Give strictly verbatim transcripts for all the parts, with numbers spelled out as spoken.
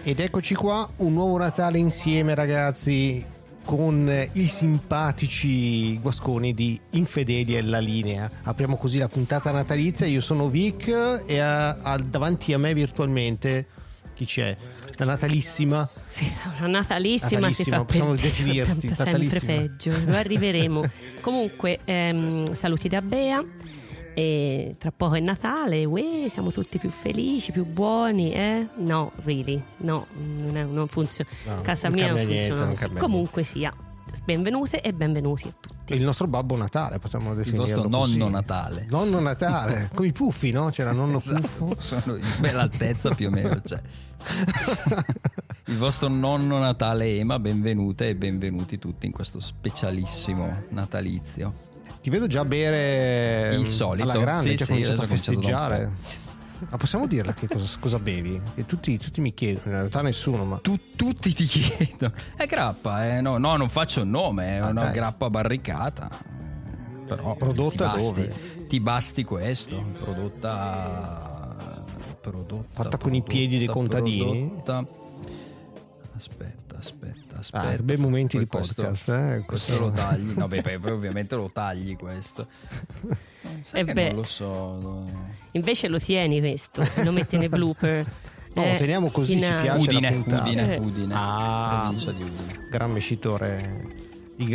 Ed eccoci qua, un nuovo Natale insieme ragazzi, con i simpatici guasconi di Infedeli alla linea. Apriamo così la puntata natalizia. Io sono Vic e a, a, davanti a me virtualmente chi c'è? La natalissima. Sì, una natalissima, natalissima si fa possiamo pe- definirti sempre natalissima. Peggio, lo arriveremo. Comunque ehm, saluti da Bea. E tra poco è Natale, uè, siamo tutti più felici, più buoni, eh? No, really, no, non, è, non funziona. No, Casa non mia non cambia funziona niente, così. non Comunque sia, benvenute e benvenuti a tutti. Il nostro Babbo Natale, possiamo definirlo. Il vostro così. nonno Natale. Nonno Natale, come i puffi, no? C'era nonno Esatto, puffo. sono in bella altezza più o meno. Cioè. Il vostro nonno Natale Ema, benvenute e benvenuti tutti in questo specialissimo natalizio. Ti vedo già bere il solito alla grande, sì, già sì, cominciato ho a già cominciato festeggiare. Ma possiamo dirla che cosa, cosa bevi? Che tutti, tutti mi chiedono, in realtà nessuno, ma Tu, tutti ti chiedono. È grappa, eh? no, no, non faccio il nome, è Ah, una dai. grappa barricata. Però Prodotta ti basti, dove? Ti basti questo, prodotta, prodotta Fatta con i piedi dei contadini? prodotta- Aspetta, aspetta, aspetta. Ah, bei momenti Poi di questo- podcast, eh? Questo lo tagli. No, beh, poi, poi ovviamente lo tagli questo. Sai Eh che beh. non lo so. no. Invece lo tieni questo, lo metti nei blooper. No, Eh, teniamo così, in ci alto. piace. Udine, la puntata. Udine, Eh. Udine. Ah. Provincia di Udine. Gran mescitore di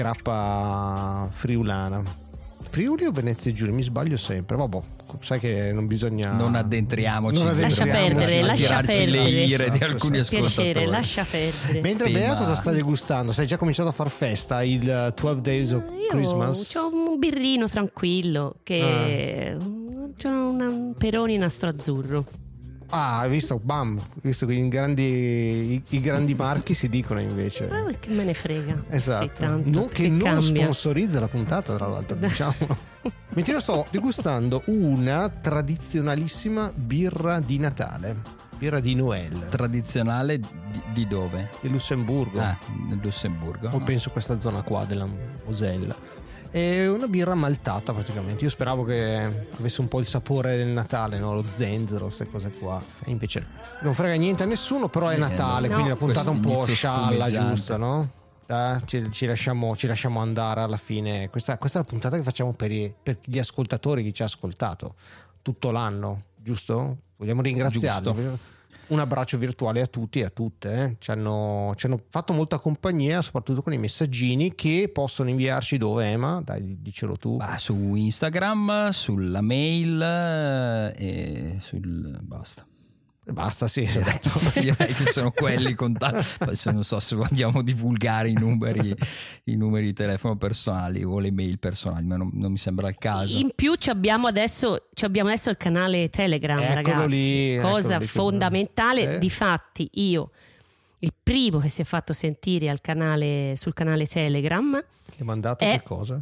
grappa friulana. Friuli o Venezia Giulia? Mi sbaglio sempre. Vabbè, sai che non bisogna. Non addentriamoci. Non Lascia addentriamoci perdere, a lascia tirarci perdere. le ire di Esatto, alcuni esatto. ascoltatori. Piacere, lascia perdere. Mentre Tema- Bea cosa sta degustando? Stai già cominciato a far festa il uh, twelve Days of Io Christmas? ho un birrino tranquillo che c'è un Peroni nastro azzurro. Ah, hai visto? Bam! Hai visto che i grandi, i, i grandi marchi si dicono invece. Ah, che me ne frega. Esatto. Sì, tanto, non, che, che non cambia. sponsorizza la puntata, tra l'altro, diciamo. Mentre io sto degustando una tradizionalissima birra di Natale, birra di Noël, Tradizionale di, di dove? di Lussemburgo. Ah, nel Lussemburgo. O penso questa zona qua della Mosella. È una birra maltata praticamente. Io speravo che avesse un po' il sapore del Natale, no? Lo zenzero, queste cose qua. E invece non frega niente a nessuno, però è Bene, Natale, no. quindi la puntata un po' Quest'inizio scialla, spumeggiante. giusta, no? Eh, ci, ci lasciamo, ci lasciamo andare alla fine. Questa, questa è la puntata che facciamo per, i- per gli ascoltatori, chi ci ha ascoltato tutto l'anno, giusto? Vogliamo ringraziarli. Giusto. Un abbraccio virtuale a tutti e a tutte. eh. Ci, hanno, ci hanno fatto molta compagnia, soprattutto con i messaggini che possono inviarci dove, Ema? Dai, dicelo tu. Bah, su Instagram, sulla mail eh, e sul basta. Basta, sì, esatto. Direi che sono quelli i contatti. Poi se non so se vogliamo divulgare i numeri, i numeri di telefono personali o le mail personali, ma non, non mi sembra il caso. In più ci abbiamo adesso, ci abbiamo adesso il canale Telegram, Eccolo ragazzi. lì, Cosa eccolo lì. fondamentale. Eh. Difatti io, il primo che si è fatto sentire al canale, sul canale Telegram, Ti ha mandato Eh. che cosa?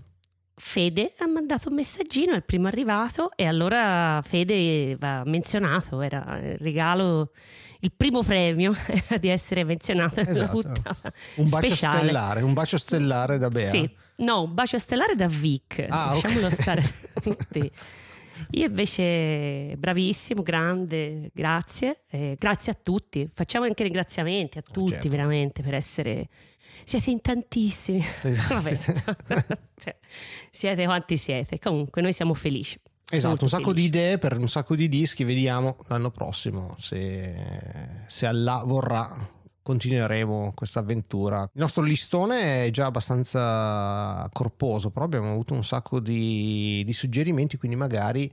Fede ha mandato un messaggino, è il primo arrivato, e allora Fede va menzionato, era il regalo, il primo premio era di essere menzionato nella Esatto. puntata Un bacio speciale. stellare, un bacio stellare da Bea. Sì, no, un bacio stellare da Vic, Ah, ok. lasciamolo stare. Sì. Io invece bravissimo, grande, grazie, eh, grazie a tutti, facciamo anche ringraziamenti a tutti, certo. veramente, per essere, siete in tantissimi. Vabbè, cioè, siete quanti siete, comunque noi siamo felici. Esatto, Molto un sacco di felici. idee per un sacco di dischi. Vediamo l'anno prossimo se, se Allah vorrà. Continueremo questa avventura. Il nostro listone è già abbastanza corposo, però abbiamo avuto un sacco di, di suggerimenti, quindi magari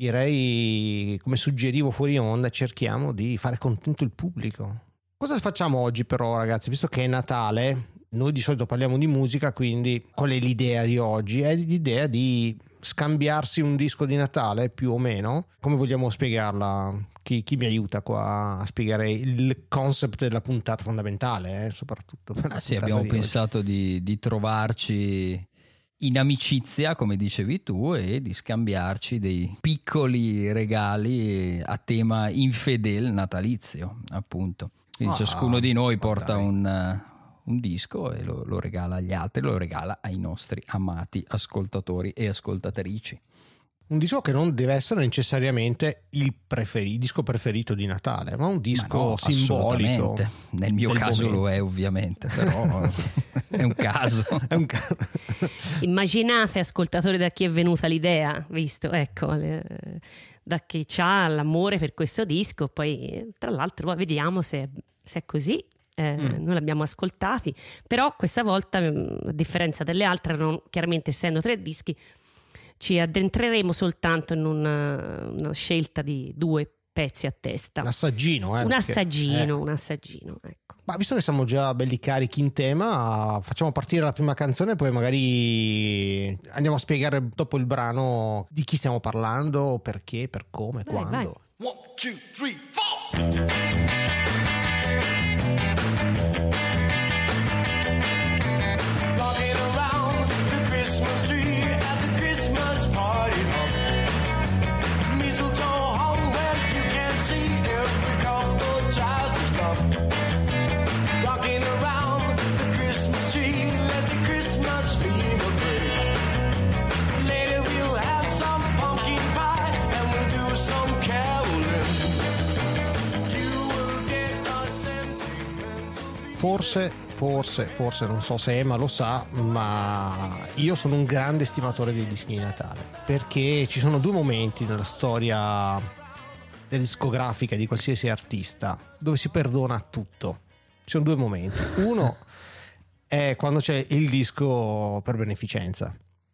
direi, come suggerivo fuori onda, cerchiamo di fare contento il pubblico. Cosa facciamo oggi però, ragazzi? Visto che è Natale, noi di solito parliamo di musica, quindi qual è l'idea di oggi? È l'idea di scambiarsi un disco di Natale, più o meno. Come vogliamo spiegarla? Chi, chi mi aiuta qua a spiegare il concept della puntata fondamentale, eh? Soprattutto per la Ah, sì, puntata abbiamo di oggi. pensato di, di trovarci in amicizia, come dicevi tu, e di scambiarci dei piccoli regali a tema infedel natalizio, appunto. Quindi Ah, ciascuno di noi ma porta dai. un, un disco e lo, lo regala agli altri, lo regala ai nostri amati ascoltatori e ascoltatrici. Un disco che non deve essere necessariamente il, preferi- il disco preferito di Natale, ma un disco ma no, simbolico. Nel mio caso momento. Lo è ovviamente, però è un caso. È un caso. Immaginate, ascoltatori, da chi è venuta l'idea, visto, ecco, le, da chi ha l'amore per questo disco. Poi tra l'altro vediamo se, se è così. Eh, mm. Noi l'abbiamo ascoltati, però questa volta, a differenza delle altre, non, chiaramente essendo tre dischi, ci addentreremo soltanto in una, una scelta di due pezzi a testa. Un assaggino, eh, un perché, assaggino, eh. un assaggino, ecco. Ma visto che siamo già belli carichi in tema, facciamo partire la prima canzone e poi magari andiamo a spiegare dopo il brano di chi stiamo parlando, perché, per come, vai, quando. Vai. One, two, three, four! Forse, forse, forse, non so se Emma lo sa, ma io sono un grande stimatore dei dischi di Natale, perché ci sono due momenti nella storia della discografica di qualsiasi artista dove si perdona tutto. Ci sono due momenti. Uno è quando c'è il disco per beneficenza.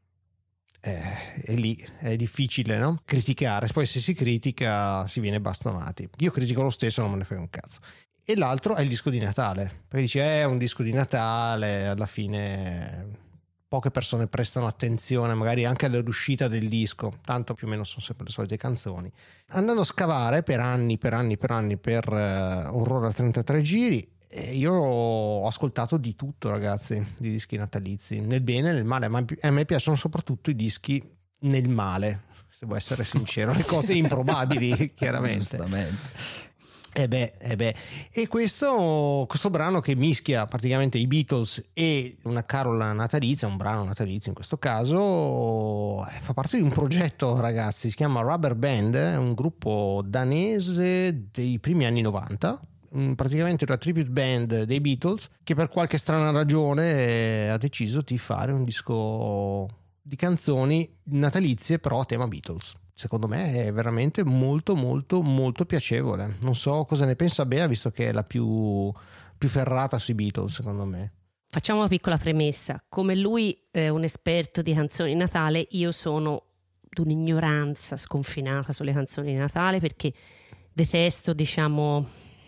Eh, e lì è difficile, no? Criticare. Poi se si critica si viene bastonati. Io critico lo stesso, non me ne frega un cazzo. E l'altro è il disco di Natale, perché dice è un disco di Natale, alla fine poche persone prestano attenzione magari anche all'uscita del disco, tanto più o meno sono sempre le solite canzoni. Andando a scavare per anni, per anni, per anni per uh, Aurora trentatré giri, e io ho ascoltato di tutto, ragazzi, di dischi natalizi, nel bene e nel male, ma a me piacciono soprattutto i dischi nel male, se devo essere sincero, le cose improbabili, chiaramente. Giustamente. Eh beh, eh beh. E questo, questo brano che mischia praticamente i Beatles e una carola natalizia, un brano natalizio in questo caso, fa parte di un progetto, ragazzi, si chiama Rubber Band, è un gruppo danese dei primi anni novanta, praticamente una tribute band dei Beatles che per qualche strana ragione ha deciso di fare un disco di canzoni natalizie però a tema Beatles. Secondo me è veramente molto molto molto piacevole. Non so cosa ne pensa Bea, visto che è la più, più ferrata sui Beatles, secondo me. Facciamo una piccola premessa. Come lui è un esperto di canzoni di Natale, io sono d'un'ignoranza sconfinata sulle canzoni di Natale, perché detesto, diciamo,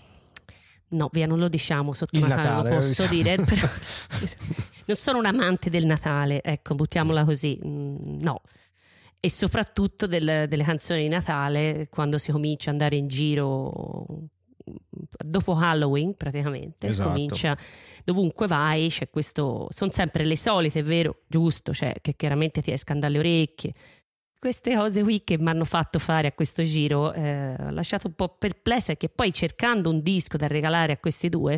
no, via, non lo diciamo sotto il Natale, Natale, lo posso diciamo. dire, però non sono un amante del Natale, ecco, buttiamola così, no. E soprattutto del, delle canzoni di Natale, quando si comincia ad andare in giro dopo Halloween, praticamente, esatto. Comincia dovunque vai, c'è questo, sono sempre le solite, è vero, giusto, cioè che chiaramente ti escano dalle orecchie. Queste cose qui che mi hanno fatto fare a questo giro, eh, ho lasciato un po' perplessa, e che poi cercando un disco da regalare a questi due,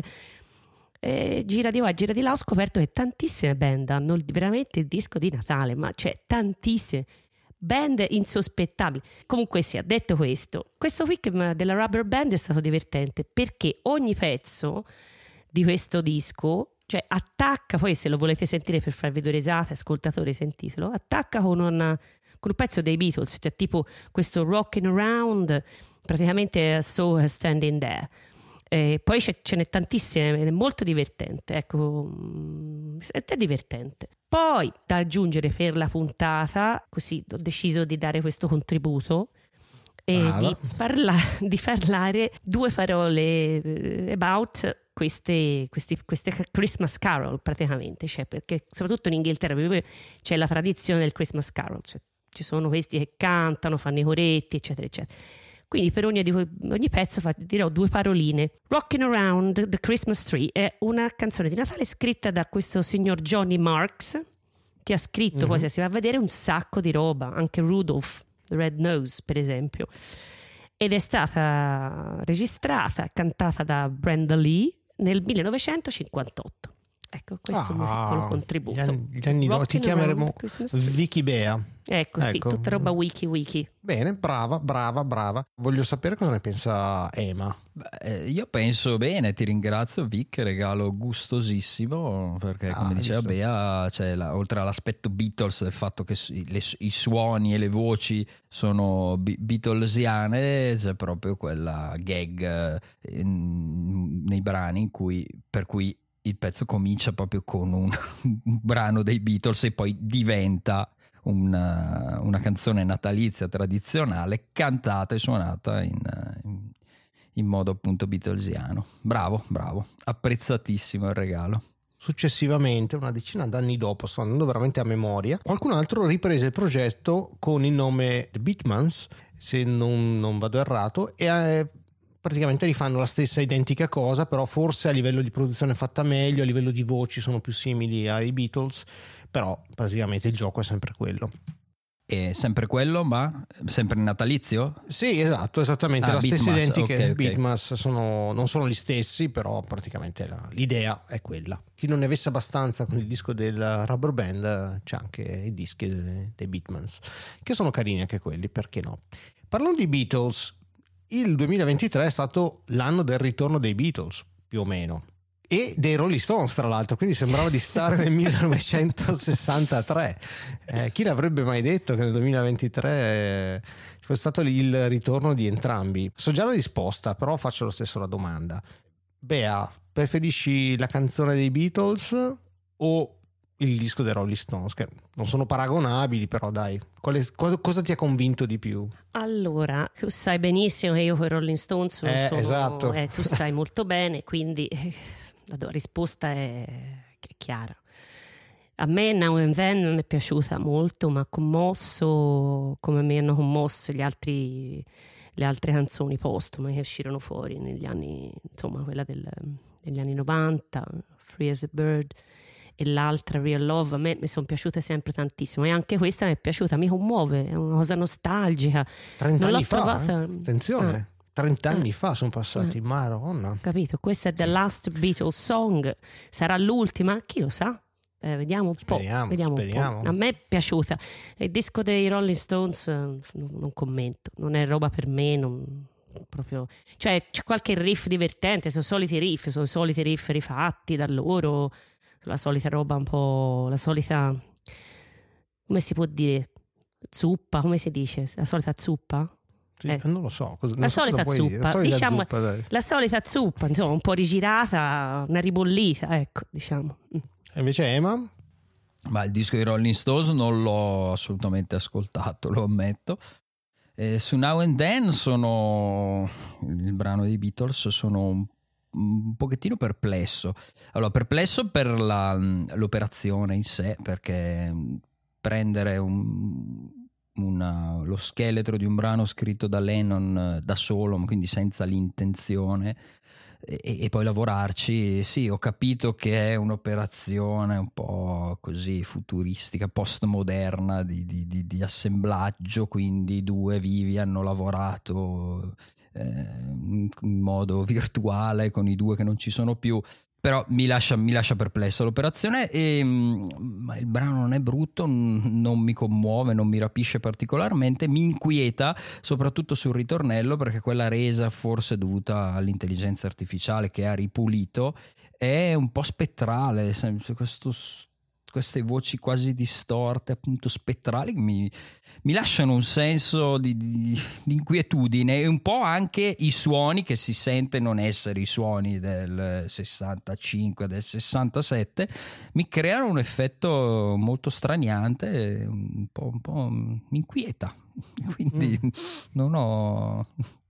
eh, gira di qua, gira di là, ho scoperto che tantissime band hanno veramente il disco di Natale, ma cioè tantissime band insospettabili. Comunque sia, detto questo, questo week della Rubber Band è stato divertente perché ogni pezzo di questo disco, cioè attacca, poi se lo volete sentire per farvi due risate, ascoltatori, sentitelo, attacca con, una, con un pezzo dei Beatles, cioè tipo questo Rockin' Around, praticamente So Standing There. E poi ce n'è tantissime, è molto divertente, ecco, è divertente. Poi da aggiungere per la puntata, così ho deciso di dare questo contributo e di, parla- di parlare due parole about queste, questi, queste Christmas Carol, praticamente, cioè, perché soprattutto in Inghilterra c'è la tradizione del Christmas Carol, cioè ci sono questi che cantano, fanno i coretti, eccetera eccetera. Quindi per ogni, ogni pezzo dirò due paroline. Rockin' Around the Christmas Tree è una canzone di Natale scritta da questo signor Johnny Marks, che ha scritto, mm-hmm. poi se si va a vedere, un sacco di roba, anche Rudolph the Red Nose per esempio, ed è stata registrata, cantata da Brenda Lee nel millenovecentocinquantotto. Ecco, questo ah, è un piccolo contributo. Gli anni, gli anni do, ti chiameremo Vicky Bea. Ecco, sì, Ecco. tutta roba wiki wiki. Bene, brava, brava, brava. Voglio sapere cosa ne pensa Ema. Beh, io penso bene, ti ringrazio Vic, regalo gustosissimo, perché Ah, come diceva visto. Bea, c'è la- oltre all'aspetto Beatles, del fatto che s- le- i suoni e le voci sono bi- Beatlesiane, c'è proprio quella gag eh, in- nei brani in cui, per cui il pezzo comincia proprio con un, un brano dei Beatles e poi diventa una, una canzone natalizia tradizionale cantata e suonata in, in, in modo appunto beatlesiano. Bravo, bravo, apprezzatissimo il regalo. Successivamente, una decina d'anni dopo, sto andando veramente a memoria, qualcun altro riprese il progetto con il nome The Beatmans, se non, non vado errato, e eh, praticamente rifanno la stessa identica cosa, però forse a livello di produzione fatta meglio, a livello di voci sono più simili ai Beatles, però praticamente il gioco è sempre quello. È sempre quello, ma sempre natalizio? Sì, esatto, esattamente Ah, la stessa Beatmas, identica. ok, ok. Beatmas sono, non sono gli stessi, però praticamente la- l'idea è quella. Chi non ne avesse abbastanza con il disco del Rubber Band, c'è anche i dischi dei, dei Beatmans, che sono carini anche quelli, perché no? Parlando di Beatles, il duemilaventitré è stato l'anno del ritorno dei Beatles, più o meno. E dei Rolling Stones, tra l'altro, quindi sembrava di stare nel millenovecentosessantatré. Eh, chi l'avrebbe mai detto che nel duemilaventitré eh, ci fosse stato il ritorno di entrambi? So già la risposta, però faccio lo stesso la domanda. Bea, preferisci la canzone dei Beatles o il disco dei Rolling Stones? Che non sono paragonabili, però dai, quale, co- cosa ti ha convinto di più? Allora, tu sai benissimo che io con i Rolling Stones non Eh, sono, esatto. eh, tu sai molto bene, quindi eh, la risposta è, è chiara. A me Now and Then non è piaciuta molto, ma ha commosso come mi hanno commosse gli altri, le altre canzoni postume che uscirono fuori negli anni, insomma, quella del, degli anni novanta, Free as a Bird, e l'altra Real Love. A me mi sono piaciute sempre tantissimo, e anche questa mi è piaciuta, mi commuove, è una cosa nostalgica. trenta Non l'ho anni fa, trovata- eh? Attenzione, Ah. trenta anni Eh. fa sono passati, Eh. Madonna. Capito? Questa è The Last Beatles Song, sarà l'ultima, chi lo sa? Eh, vediamo un po'. Speriamo, vediamo un speriamo. po'. A me è piaciuta. Il disco dei Rolling Stones eh, non, non commento, non è roba per me, non, proprio. Cioè, c'è qualche riff divertente, sono soliti riff, sono soliti riff rifatti da loro, la solita roba un po', la solita, come si può dire? Zuppa, come si dice? La solita zuppa? Sì, Eh. non lo so. Cosa, non La so cosa solita puoi dire. zuppa, La solita diciamo, zuppa, dai. la solita zuppa, insomma, un po' rigirata, una ribollita, ecco, diciamo. Mm. E invece Emma? Ma il disco di Rolling Stones non l'ho assolutamente ascoltato, lo ammetto. Eh, su Now and Then sono il brano dei Beatles, sono un, un pochettino perplesso. Allora, perplesso per la, l'operazione in sé, perché prendere un, una, lo scheletro di un brano scritto da Lennon da solo, quindi senza l'intenzione, e, e poi lavorarci, sì, ho capito che è un'operazione un po' così futuristica, postmoderna di, di, di, di assemblaggio, quindi i due vivi hanno lavorato eh, in modo virtuale con i due che non ci sono più. Però mi lascia, mi lascia perplesso l'operazione, e, ma il brano non è brutto, non mi commuove, non mi rapisce particolarmente, mi inquieta soprattutto sul ritornello, perché quella resa, forse dovuta all'intelligenza artificiale che ha ripulito, è un po' spettrale, questo, queste voci quasi distorte, appunto spettrali, mi, mi lasciano un senso di, di, di inquietudine, e un po' anche i suoni che si sente non essere i suoni del sessantacinque, del sessantasette, mi creano un effetto molto straniante, un po', un po' mi inquieta, quindi mm. non ho...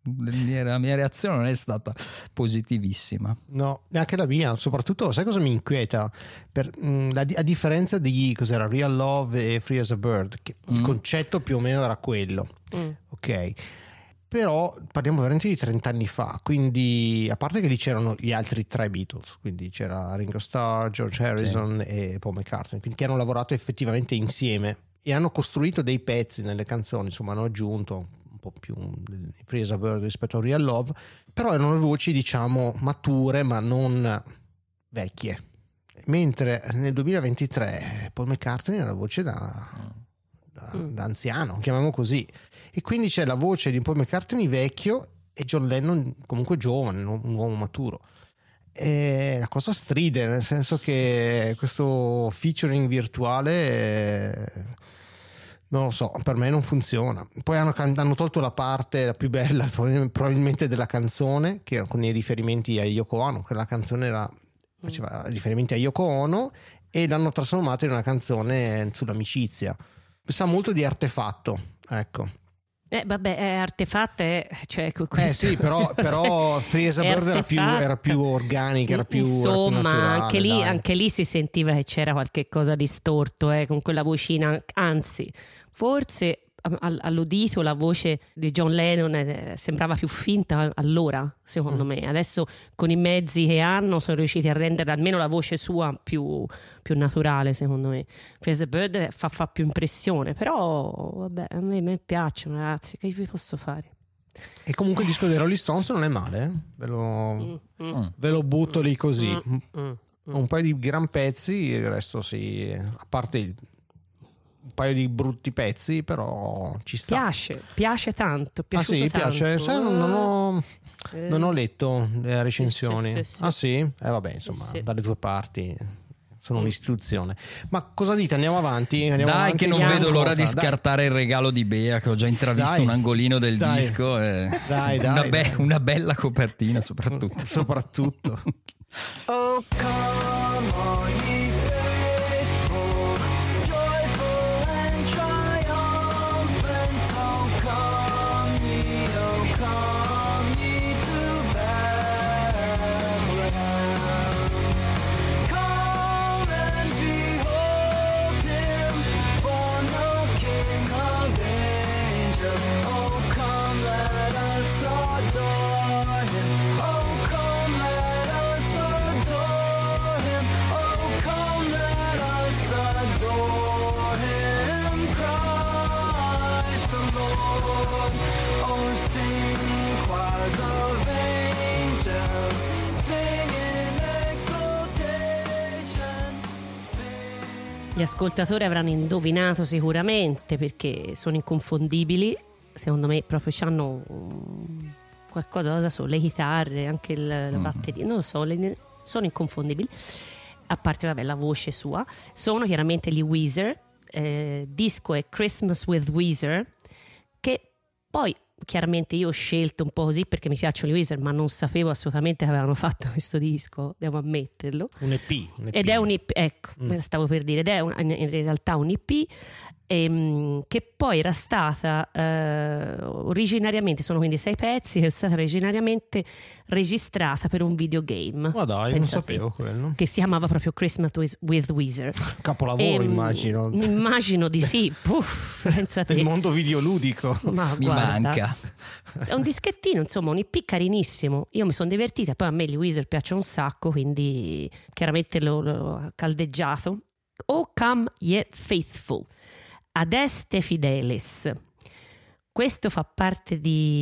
la mia reazione non è stata positivissima. No, neanche la mia. Soprattutto, sai cosa mi inquieta? Per, mh, la, a differenza di cos'era Real Love e Free as a Bird, che mm. il concetto più o meno era quello, mm. ok? Però parliamo veramente di trenta anni fa, quindi a parte che lì c'erano gli altri tre Beatles, quindi c'era Ringo Starr, George Harrison sì. e Paul McCartney, quindi che hanno lavorato effettivamente insieme e hanno costruito dei pezzi nelle canzoni, insomma hanno aggiunto un po' più Free as a Bird rispetto a Real Love, però erano voci diciamo mature ma non vecchie, mentre nel duemilaventitré Paul McCartney era una voce da, da, da anziano, chiamiamo così, e quindi c'è la voce di Paul McCartney vecchio e John Lennon comunque giovane, un uomo maturo. E la cosa stride, nel senso che questo featuring virtuale eh, non lo so, per me non funziona. Poi hanno, hanno tolto la parte la più bella probabilmente della canzone, che era con i riferimenti a Yoko Ono. Quella canzone era, faceva riferimenti a Yoko Ono, e l'hanno trasformata in una canzone sull'amicizia. Sa molto di Artefatto, ecco. Eh, vabbè, è artefatta, è, cioè, questo... Eh sì, però, però Free as a Bird era più, era più organica, era più, insomma, era più naturale, anche, lì, dai. anche lì si sentiva che c'era qualche cosa di storto, eh, con quella vocina, anzi, forse all'udito la voce di John Lennon eh, sembrava più finta allora, secondo mm. me. Adesso con i mezzi che hanno sono riusciti a rendere almeno la voce sua più, più naturale, secondo me. Praise the Bird fa, fa più impressione, però vabbè, a me, a me piacciono, ragazzi, che vi posso fare? E comunque il disco dei Rolling Stones non è male, eh? ve, lo, mm, mm, ve lo butto lì così, mm, mm, un paio di gran pezzi, il resto sì, a parte il un paio di brutti pezzi, però ci sta. Piace, piace tanto. Ah sì, tanto. piace. Sai, non, non, ho, eh. non ho letto le recensioni. Sì, sì, sì, ah sì? Eh vabbè, insomma, sì. dalle due parti sono un'istituzione. Ma cosa dite? Andiamo avanti? Andiamo dai, avanti. che non Andiamo. vedo l'ora Cosa? di scartare Dai. il regalo di Bea, che ho già intravisto Dai. un angolino del Dai. disco. E Dai, dai, una, be- dai. una bella copertina, soprattutto. Soprattutto. Oh, come on, ye faithful, joyful and triumphant. Oh, come ye, oh, come ye to Bethlehem. Come and behold him, born the King of angels. Oh, come, let us adore him. Oh, come, let us adore him. Oh, come, let us adore him, Christ the Lord. Oh, sing choirs of angels, sing in exaltation, sing. Gli ascoltatori avranno indovinato sicuramente, perché sono inconfondibili. Secondo me proprio c'hanno um, qualcosa, cosa so, le chitarre, anche il, la Mm. batteria, non lo so, le- sono inconfondibili. A parte, vabbè, la voce sua. Sono chiaramente gli Weezer. Eh, disco è Christmas with Weezer, che poi chiaramente io ho scelto un po' così perché mi piacciono i Weezer, ma non sapevo assolutamente che avevano fatto questo disco, devo ammetterlo. Un E P. Un E P. Ed è un I P, ecco, Mm. stavo per dire, ed è un- in realtà un I P ehm, che poi era stata eh, originariamente, sono quindi sei pezzi, che è stata originariamente registrata per un videogame. Ma dai, non Pensa a te, sapevo quello. che si chiamava proprio Christmas with- with Weezer. Capolavoro, Ehm, immagino. Immagino di sì. Puff, pensa te. Del mondo videoludico. Ma Mi guarda, manca. è un dischettino, insomma, un I P carinissimo. Io mi sono divertita, poi a me gli Weezer piacciono un sacco, quindi chiaramente l'ho, l'ho caldeggiato. O Come Ye Faithful, Adeste Fidelis. Questo fa parte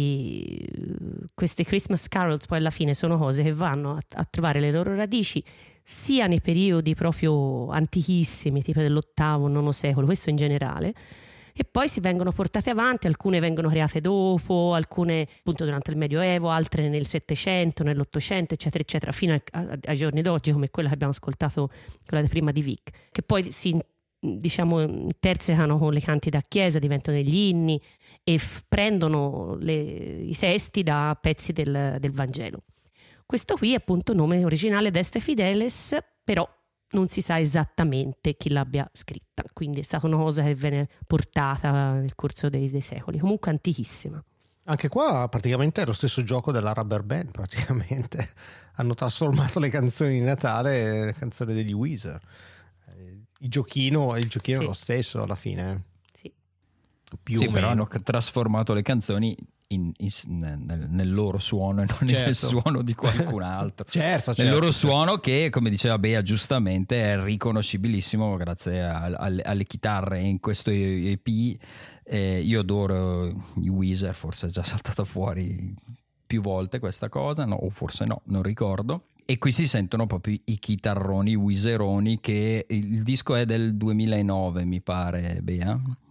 di queste Christmas carols, poi alla fine sono cose che vanno a, a trovare le loro radici sia nei periodi proprio antichissimi, tipo dell'ottavo, nono secolo, questo in generale, e poi si vengono portate avanti. Alcune vengono create dopo, alcune appunto durante il Medioevo, altre nel Settecento, nell'Ottocento, eccetera eccetera, fino a, a, ai giorni d'oggi, come quella che abbiamo ascoltato, quella di prima di Vic, che poi si, diciamo, intersecano con le canti da chiesa, diventano degli inni e f- prendono le, i testi da pezzi del, del Vangelo. Questo qui è appunto il nome originale Adeste Fideles, però non si sa esattamente chi l'abbia scritta, quindi è stata una cosa che viene portata nel corso dei, dei secoli, comunque antichissima. Anche qua praticamente è lo stesso gioco della Rubber Band, praticamente. Hanno trasformato le canzoni di Natale le canzoni degli Weezer. Il giochino, il giochino Sì. è lo stesso alla fine. Sì. Più Sì, o però meno. hanno trasformato le canzoni in- in- nel, nel loro suono e non nel Certo. suono di qualcun altro. Certo, Nel certo. loro suono che, come diceva Bea giustamente, è riconoscibilissimo grazie a- alle, alle chitarre in questo E P. Eh, io adoro i Weezer, forse è già saltata fuori più volte questa cosa, no, o forse no, non ricordo. E qui si sentono proprio i chitarroni, i Weezeroni, che il disco è del duemilanove, mi pare, Bea.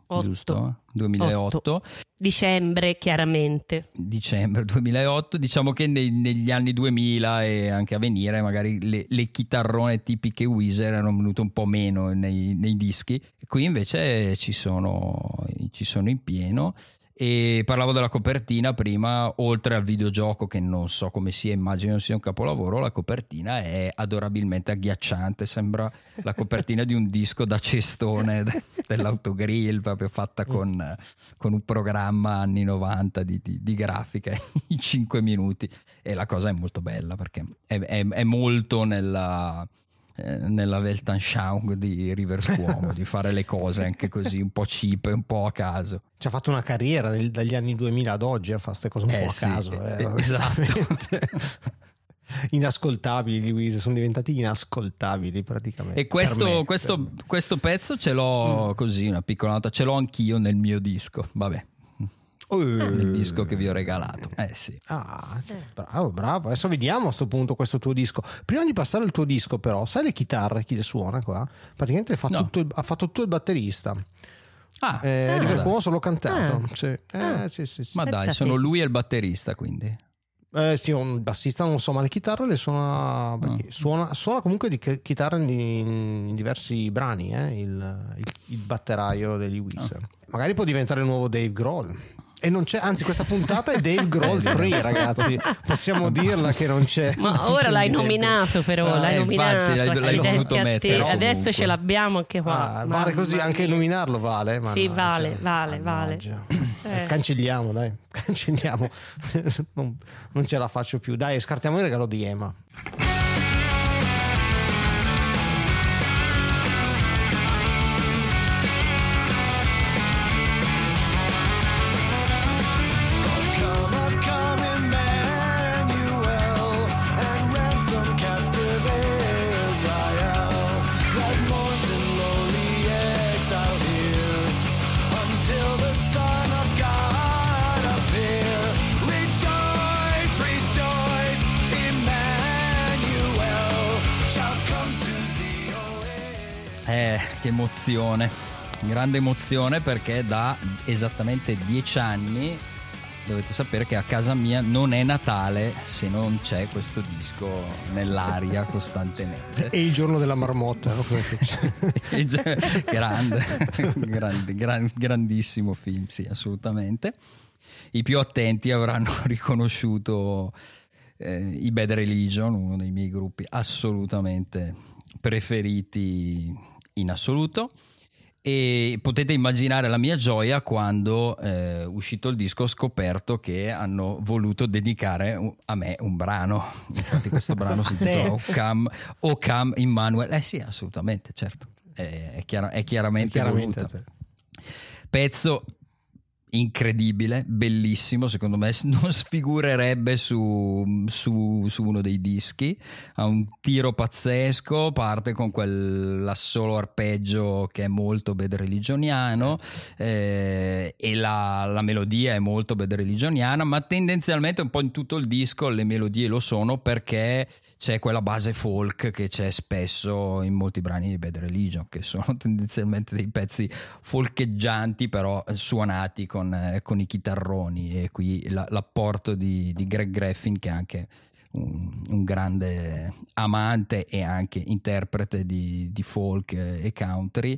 Otto. giusto? duemilaotto. Otto. Dicembre, chiaramente. Dicembre duemilaotto, diciamo che nei- negli anni duemila e anche a venire magari le, le chitarrone tipiche Weezer erano venute un po' meno nei, nei dischi. Qui invece ci sono, ci sono in pieno. E parlavo della copertina prima, oltre al videogioco che non so come sia, immagino sia un capolavoro, la copertina è adorabilmente agghiacciante, sembra la copertina di un disco da cestone de- dell'autogrill, proprio fatta con, con un programma anni novanta di, di, di grafica in cinque minuti, e la cosa è molto bella perché è, è, è molto nella... eh, nella Weltanschauung di Rivers Cuomo, di fare le cose anche così un po' cheap e un po' a caso. Ci ha fatto una carriera nel- dagli anni duemila ad oggi a fare queste cose un Eh po' sì, a caso. eh, Eh, esatto. onestamente. Inascoltabili di Weezer, sono diventati inascoltabili praticamente. E questo, Per me, questo, per me. questo pezzo ce l'ho così, una piccola nota, ce l'ho anch'io nel mio disco, vabbè, nel disco che vi ho regalato. Eh sì. Ah, bravo, bravo. Adesso vediamo a sto punto questo tuo disco. Prima di passare al tuo disco, però, sai le chitarre chi le suona qua? Praticamente fa No. tutto il, ha fatto tutto il batterista. Ah, Eh, ah, River dai. Cuomo solo cantato. Ah. Sì. Eh, sì, sì, sì. Ma dai, Pensa sono te. lui e il batterista, quindi. Eh, sì, un bassista non so, ma le chitarre le suona perché suona, suona comunque di chi- chitarre in, in diversi brani, eh, il, il, il batteraio degli Weezer. Magari può diventare il nuovo Dave Grohl. E non c'è, anzi, questa puntata è Dave Grohl free, ragazzi. Possiamo dirla che non c'è. Ma non ora c'è l'hai di Dave nominato, però Ah, l'hai eh, nominato. infatti, l'hai- l'hai accidenti voluto a te. mettere, Adesso comunque. ce l'abbiamo anche qua. Ah, Mamma vale così, anche mia. nominarlo vale. Sì, mannaggia. vale, vale, vale. Mannaggia. Eh. Cancelliamo, dai, cancelliamo. non, non ce la faccio più. Dai, scartiamo il regalo di Ema. Come, oh, come, Emmanuel, and ransom captive Israel, that mourns in lowly exile here, until the Son of God appear. Rejoice, rejoice, Emmanuel shall come to thee, O Eh, che emozione, grande emozione, perché da esattamente dieci anni dovete sapere che a casa mia non è Natale se non c'è questo disco nell'aria costantemente. E il giorno della marmotta, no? E già- grande, grande, gran- grandissimo film, sì, assolutamente. I più attenti avranno riconosciuto eh, i Bad Religion, uno dei miei gruppi assolutamente preferiti in assoluto. E potete immaginare la mia gioia quando è uscito il disco, ho scoperto che hanno voluto dedicare un- a me un brano. Infatti questo brano si intitola O Come, O Come Emmanuel. Eh sì, assolutamente, certo, è, è chiara- è chiaramente, Chiaramente voluto. a te. Pezzo incredibile, bellissimo, secondo me non sfigurerebbe su, su, su uno dei dischi. Ha un tiro pazzesco, parte con quell'assolo arpeggio che è molto Bad Religioniano, eh, e la, la melodia è molto Bad Religioniana, ma tendenzialmente un po' in tutto il disco le melodie lo sono, perché c'è quella base folk che c'è spesso in molti brani di Bad Religion, che sono tendenzialmente dei pezzi folcheggianti però suonati con, eh, con i chitarroni, e qui la- l'apporto di, di Greg Graffin, che è anche un, un grande amante e anche interprete di, di folk e country,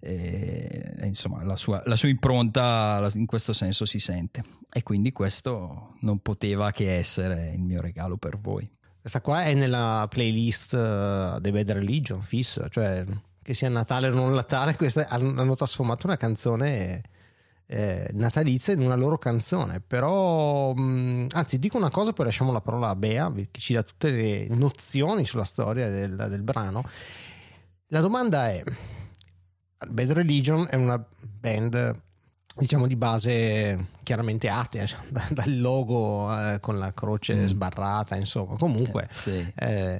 e, e insomma la sua, la sua impronta in questo senso si sente, e quindi questo non poteva che essere il mio regalo per voi. Questa qua è nella playlist uh, dei Bad Religion fissa, cioè che sia Natale o non Natale, questa, hanno, hanno trasformato una canzone eh, natalizia in una loro canzone. Però mh, anzi, dico una cosa, poi lasciamo la parola a Bea che ci dà tutte le nozioni sulla storia del, del brano. La domanda è: Bad Religion è una band, diciamo, di base chiaramente atea, cioè, da- dal logo eh, con la croce Mm. sbarrata, insomma, comunque Eh, sì. eh,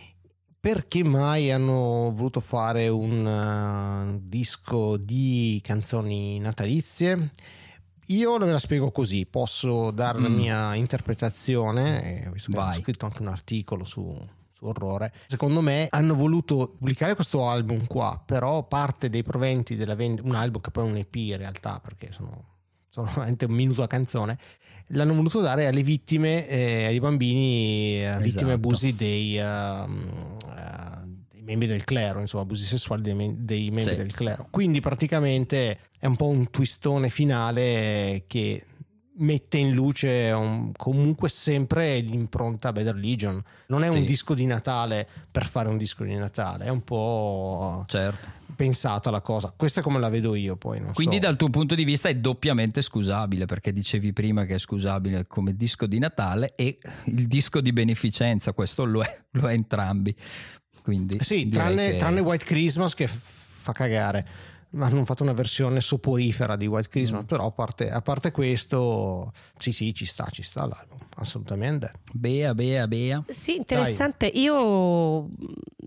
perché mai hanno voluto fare un uh, disco di canzoni natalizie? Io ve la spiego così, posso dare la Mm. mia interpretazione, e ho visto che hanno Vai. scritto anche un articolo su, su orrore. Secondo me hanno voluto pubblicare questo album qua, però parte dei proventi della vendita, un album che poi è un E P in realtà, perché sono, sono veramente un minuto a canzone, l'hanno voluto dare alle vittime, eh, ai bambini, eh, vittime Esatto. abusi dei, uh, uh, dei membri del clero, insomma abusi sessuali dei, me- dei membri Sì. del clero. Quindi praticamente è un po' un twistone finale che mette in luce un, comunque sempre l'impronta Bad Religion. Non è un Sì. disco di Natale per fare un disco di Natale, è un po' Certo. pensata la cosa. Questa è come la vedo io, poi non Quindi so. dal tuo punto di vista è doppiamente scusabile, perché dicevi prima che è scusabile come disco di Natale e il disco di beneficenza, questo lo è, lo è entrambi. Quindi Sì, direi tranne, che- tranne White Christmas che f- fa cagare. Hanno fatto una versione soporifera di White Christmas, Mm. però a parte, a parte questo, sì, sì, ci sta, ci sta l'album, assolutamente. Bea, Bea, Bea. Sì, interessante. Io mh,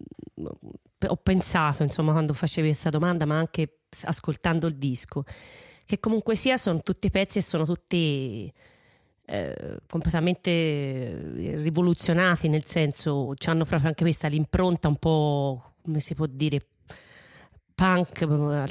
ho pensato, insomma, quando facevi questa domanda, ma anche s- ascoltando il disco, che comunque sia sono tutti pezzi e sono tutti eh, completamente rivoluzionati, nel senso, hanno proprio anche questa l'impronta un po', come si può dire, punk,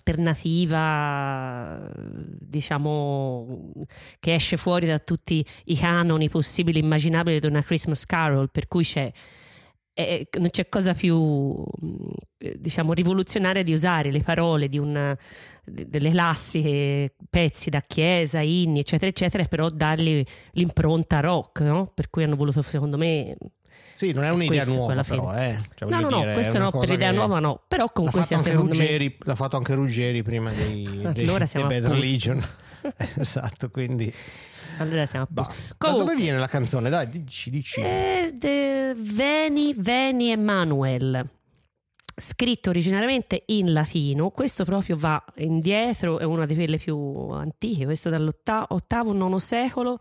alternativa, diciamo, che esce fuori da tutti i canoni possibili e immaginabili di una Christmas Carol, per cui c'è eh, non c'è cosa più eh, diciamo rivoluzionaria di usare le parole di una, de- delle classiche pezzi da chiesa, inni eccetera eccetera, però dargli l'impronta rock, no? Per cui hanno voluto, secondo me, Sì, non è un'idea questo, nuova alla fine. però, eh. Cioè, no voglio no no dire, è questo una no, per cosa l'idea che nuova no, però l'ha comunque fatto, sia anche secondo me Ruggeri, l'ha fatto anche Ruggeri prima dei, dei, Allora dei siamo a Bad posto. Religion. Esatto, quindi allora siamo a bah. posto. Da Comunque, dove viene la canzone? Dai, dici, dici. Eh, de- Veni, Veni Emmanuel, scritto originariamente in latino. Questo proprio va indietro, è una di quelle più antiche, questo dall'ottavo nono secolo,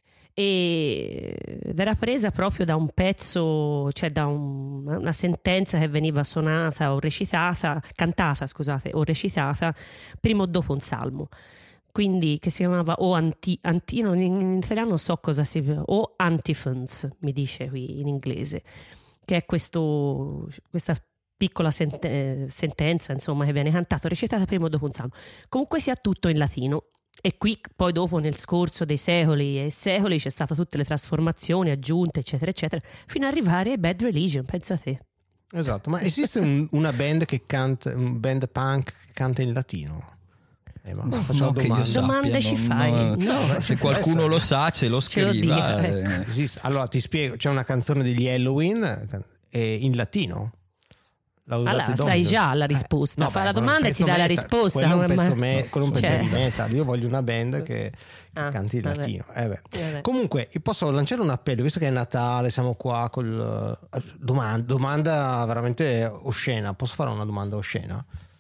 e- ed era presa proprio da un pezzo, cioè da un- una sentenza che veniva suonata o recitata, cantata scusate, o recitata prima o dopo un salmo. Quindi, che si chiamava o anti, anti non- in, in italiano non so cosa si o antiphons, mi dice qui in inglese, che è questo, questa piccola sente- sentenza, insomma, che viene cantata o recitata prima o dopo un salmo. Comunque sia tutto in latino. E qui poi dopo, nel scorso dei secoli e secoli, c'è state tutte le trasformazioni, aggiunte eccetera eccetera, fino ad arrivare a Bad Religion, pensa a te. Esatto, ma esiste un- una band che canta, un band punk che canta in latino? Eh, ma facciamo No, che io domande. sappia, Domande ci non- fai? no. No. Se qualcuno lo sa ce lo Ce lo scriva. dica, eh. Esiste. Allora ti spiego, c'è una canzone degli Halloween eh, in latino. Laudate Allora, sai Dominus. già la risposta. no, Fa beh, la quello è un domanda e ti pezzo dà la metal. risposta. Quello è un non è pezzo, mai- me- quello è un pezzo Cioè. di metal. Io voglio una band che, che Ah, canti in vabbè. latino. Eh beh. Vabbè. Comunque, io posso lanciare un appello, visto che è Natale, siamo qua col eh, domanda, domanda veramente oscena. Posso fare una domanda oscena?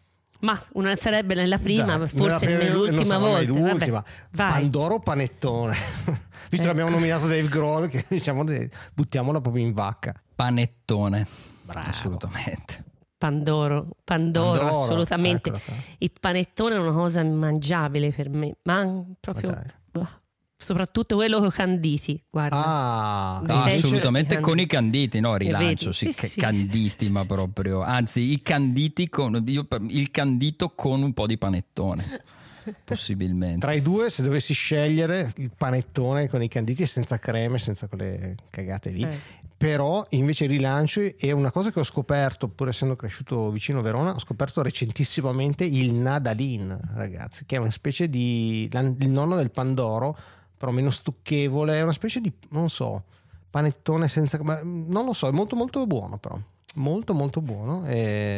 Ma una sarebbe nella prima, Dai, forse nella prima- nemmeno non l'ultima sarà mai volta. l'ultima. Vabbè, vai. Pandoro o panettone? Visto Ecco. che abbiamo nominato Dave Grohl, che diciamo de- buttiamola proprio in vacca. Panettone. Bravo. Assolutamente. Pandoro, Pandoro, Pandoro, assolutamente. eccolo qua. Il panettone è una cosa immangiabile per me, ma proprio Ma dai. bah. Soprattutto quello con canditi, guarda. Ah, No, No, Invece- assolutamente Canditi. con i canditi, no, rilancio, vedi? sì, Sì, che sì. canditi, ma proprio, anzi i canditi con, io, il candito con un po' di panettone, possibilmente. tra i due, se dovessi scegliere il panettone con i canditi e senza creme, senza quelle cagate lì. Eh. Però invece rilancio, è una cosa che ho scoperto, pur essendo cresciuto vicino a Verona, ho scoperto recentissimamente il Nadalin, ragazzi, che è una specie di il nonno del Pandoro, però meno stucchevole, è una specie di, non so, panettone senza, ma non lo so, è molto molto buono, però molto molto buono,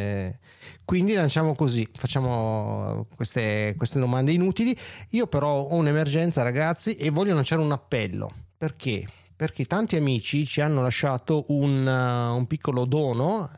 e quindi lanciamo così, facciamo queste, queste domande inutili. Io però ho un'emergenza, ragazzi, e voglio lanciare un appello. Perché? Perché tanti amici ci hanno lasciato un, uh, un piccolo dono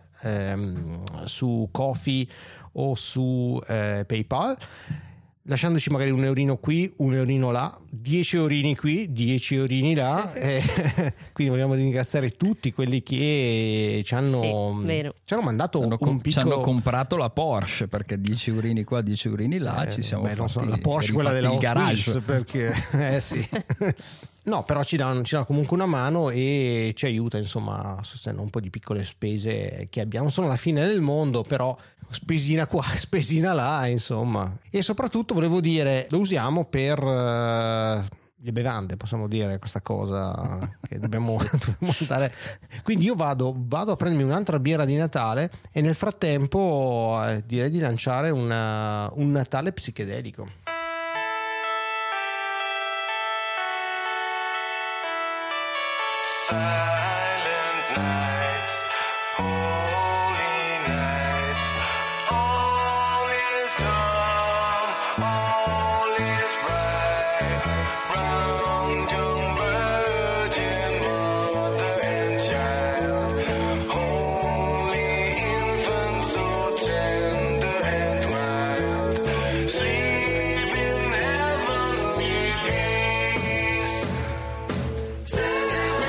ehm, su Ko-fi o su eh, PayPal, lasciandoci magari un eurino qui, un eurino là, dieci eurini qui, dieci eurini là. E quindi vogliamo ringraziare tutti quelli che ci hanno, Sì, vero. ci hanno mandato Hanno com- un Ci piccolo... hanno comprato la Porsche perché dieci eurini qua, dieci eurini là, Eh, ci siamo beh, non fatti, so, la Porsche, quella rifatti della il Hot garage. Wheels, perché eh sì. No, però ci dà, ci dà comunque una mano e ci aiuta insomma a sostenere un po' di piccole spese che abbiamo. Non sono la fine del mondo, però spesina qua, spesina là, insomma. E soprattutto volevo dire, lo usiamo per uh, le bevande, possiamo dire questa cosa che dobbiamo, dobbiamo andare. Quindi io vado, vado a prendermi un'altra birra di Natale e nel frattempo eh, direi di lanciare una, un Natale psichedelico. Silent nights, holy nights, all is calm, all is bright, round young virgin mother and child, holy infant so tender and mild, sleep in heavenly peace. Sleep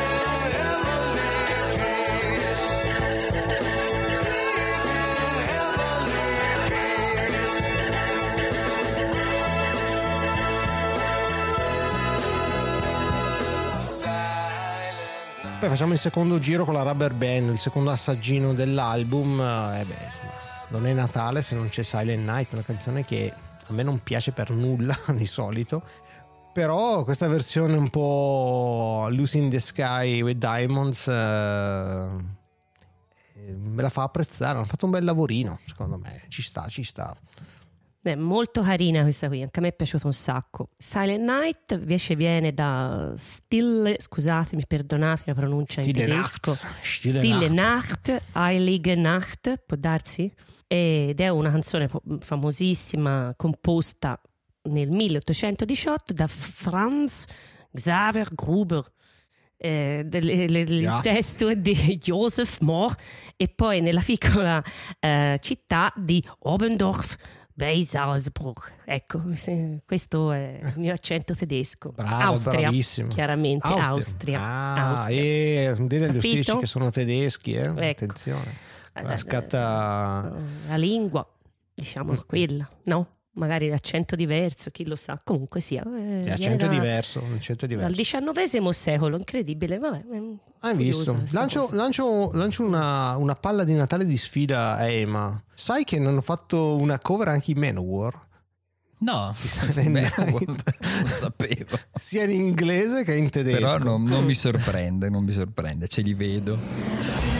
Poi facciamo il secondo giro con la Rubber Band, il secondo assaggino dell'album. Eh beh, non è Natale se non c'è Silent Night, una canzone che a me non piace per nulla di solito, però questa versione un po' Lucy in the Sky with Diamonds eh, me la fa apprezzare. Hanno fatto un bel lavorino, secondo me, ci sta, ci sta. È molto carina questa qui, anche a me è piaciuta un sacco. Silent Night invece viene da Stille, scusatemi, perdonate la pronuncia in Stille tedesco. Nacht. Stille Stille Nacht. Nacht, Heilige Nacht, può darsi? Ed è una canzone famosissima composta nel milleottocentodiciotto da Franz Xaver Gruber. Eh, del, del, Yeah. Il testo è di Joseph Mohr e poi nella piccola eh, città di Obendorf bei Salzburg. Ecco, se- questo è il mio accento tedesco. Bravo, Austria, bravissimo. chiaramente Austria. Ah, Austria. e dire agli Capito? ostrici che sono tedeschi, eh? Ecco. Attenzione. Eh, Ora scatta La lingua, diciamo Mm. quella, no? Magari l'accento diverso, chi lo sa. Comunque sia. Eh, l'accento è viene da- diverso, l'accento è Dal diverso. diciannovesimo secolo, incredibile. Vabbè, Hai visto? Lancio, lancio, lancio una, una palla di Natale di sfida a Ema. Sai che hanno fatto una cover anche in Manowar? No, Silent beh, Night. non sapevo. Sia in inglese che in tedesco. Però non, non mi sorprende, non mi sorprende, ce li vedo.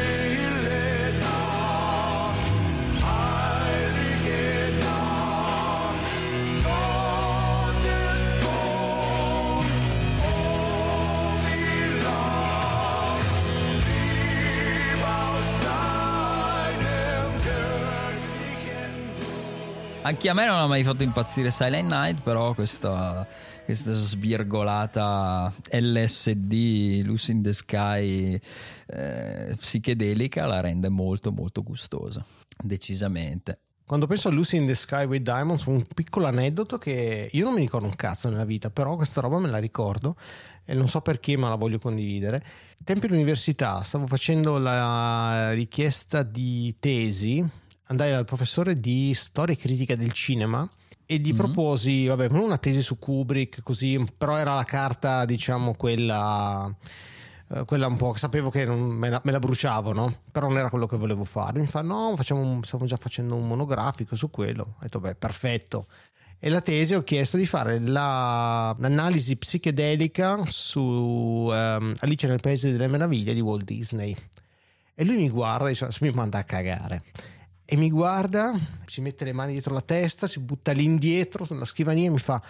Anche a me non ha mai fatto impazzire Silent Night, però questa, questa svirgolata L S D, Lucy in the Sky eh, psichedelica la rende molto molto gustosa, decisamente. Quando penso a Lucy in the Sky with Diamonds, un piccolo aneddoto che io non mi ricordo un cazzo nella vita, però questa roba me la ricordo e non so perché, ma la voglio condividere. Ai tempi dell'università stavo facendo la richiesta di tesi, andai dal professore di storia e critica del cinema e gli Mhm. proposi, vabbè, non una tesi su Kubrick, così, però era la carta, diciamo, quella eh, quella un po' che sapevo che non, me, la, me la bruciavo, no? Però non era quello che volevo fare. Mi fa no, facciamo un, stiamo già facendo un monografico su quello. Ho detto beh, perfetto. E la tesi ho chiesto di fare la, l'analisi psichedelica su um, Alice nel Paese delle Meraviglie di Walt Disney. E lui mi guarda e dice mi manda a cagare. E mi guarda, si mette le mani dietro la testa, si butta lì indietro sulla scrivania e mi fa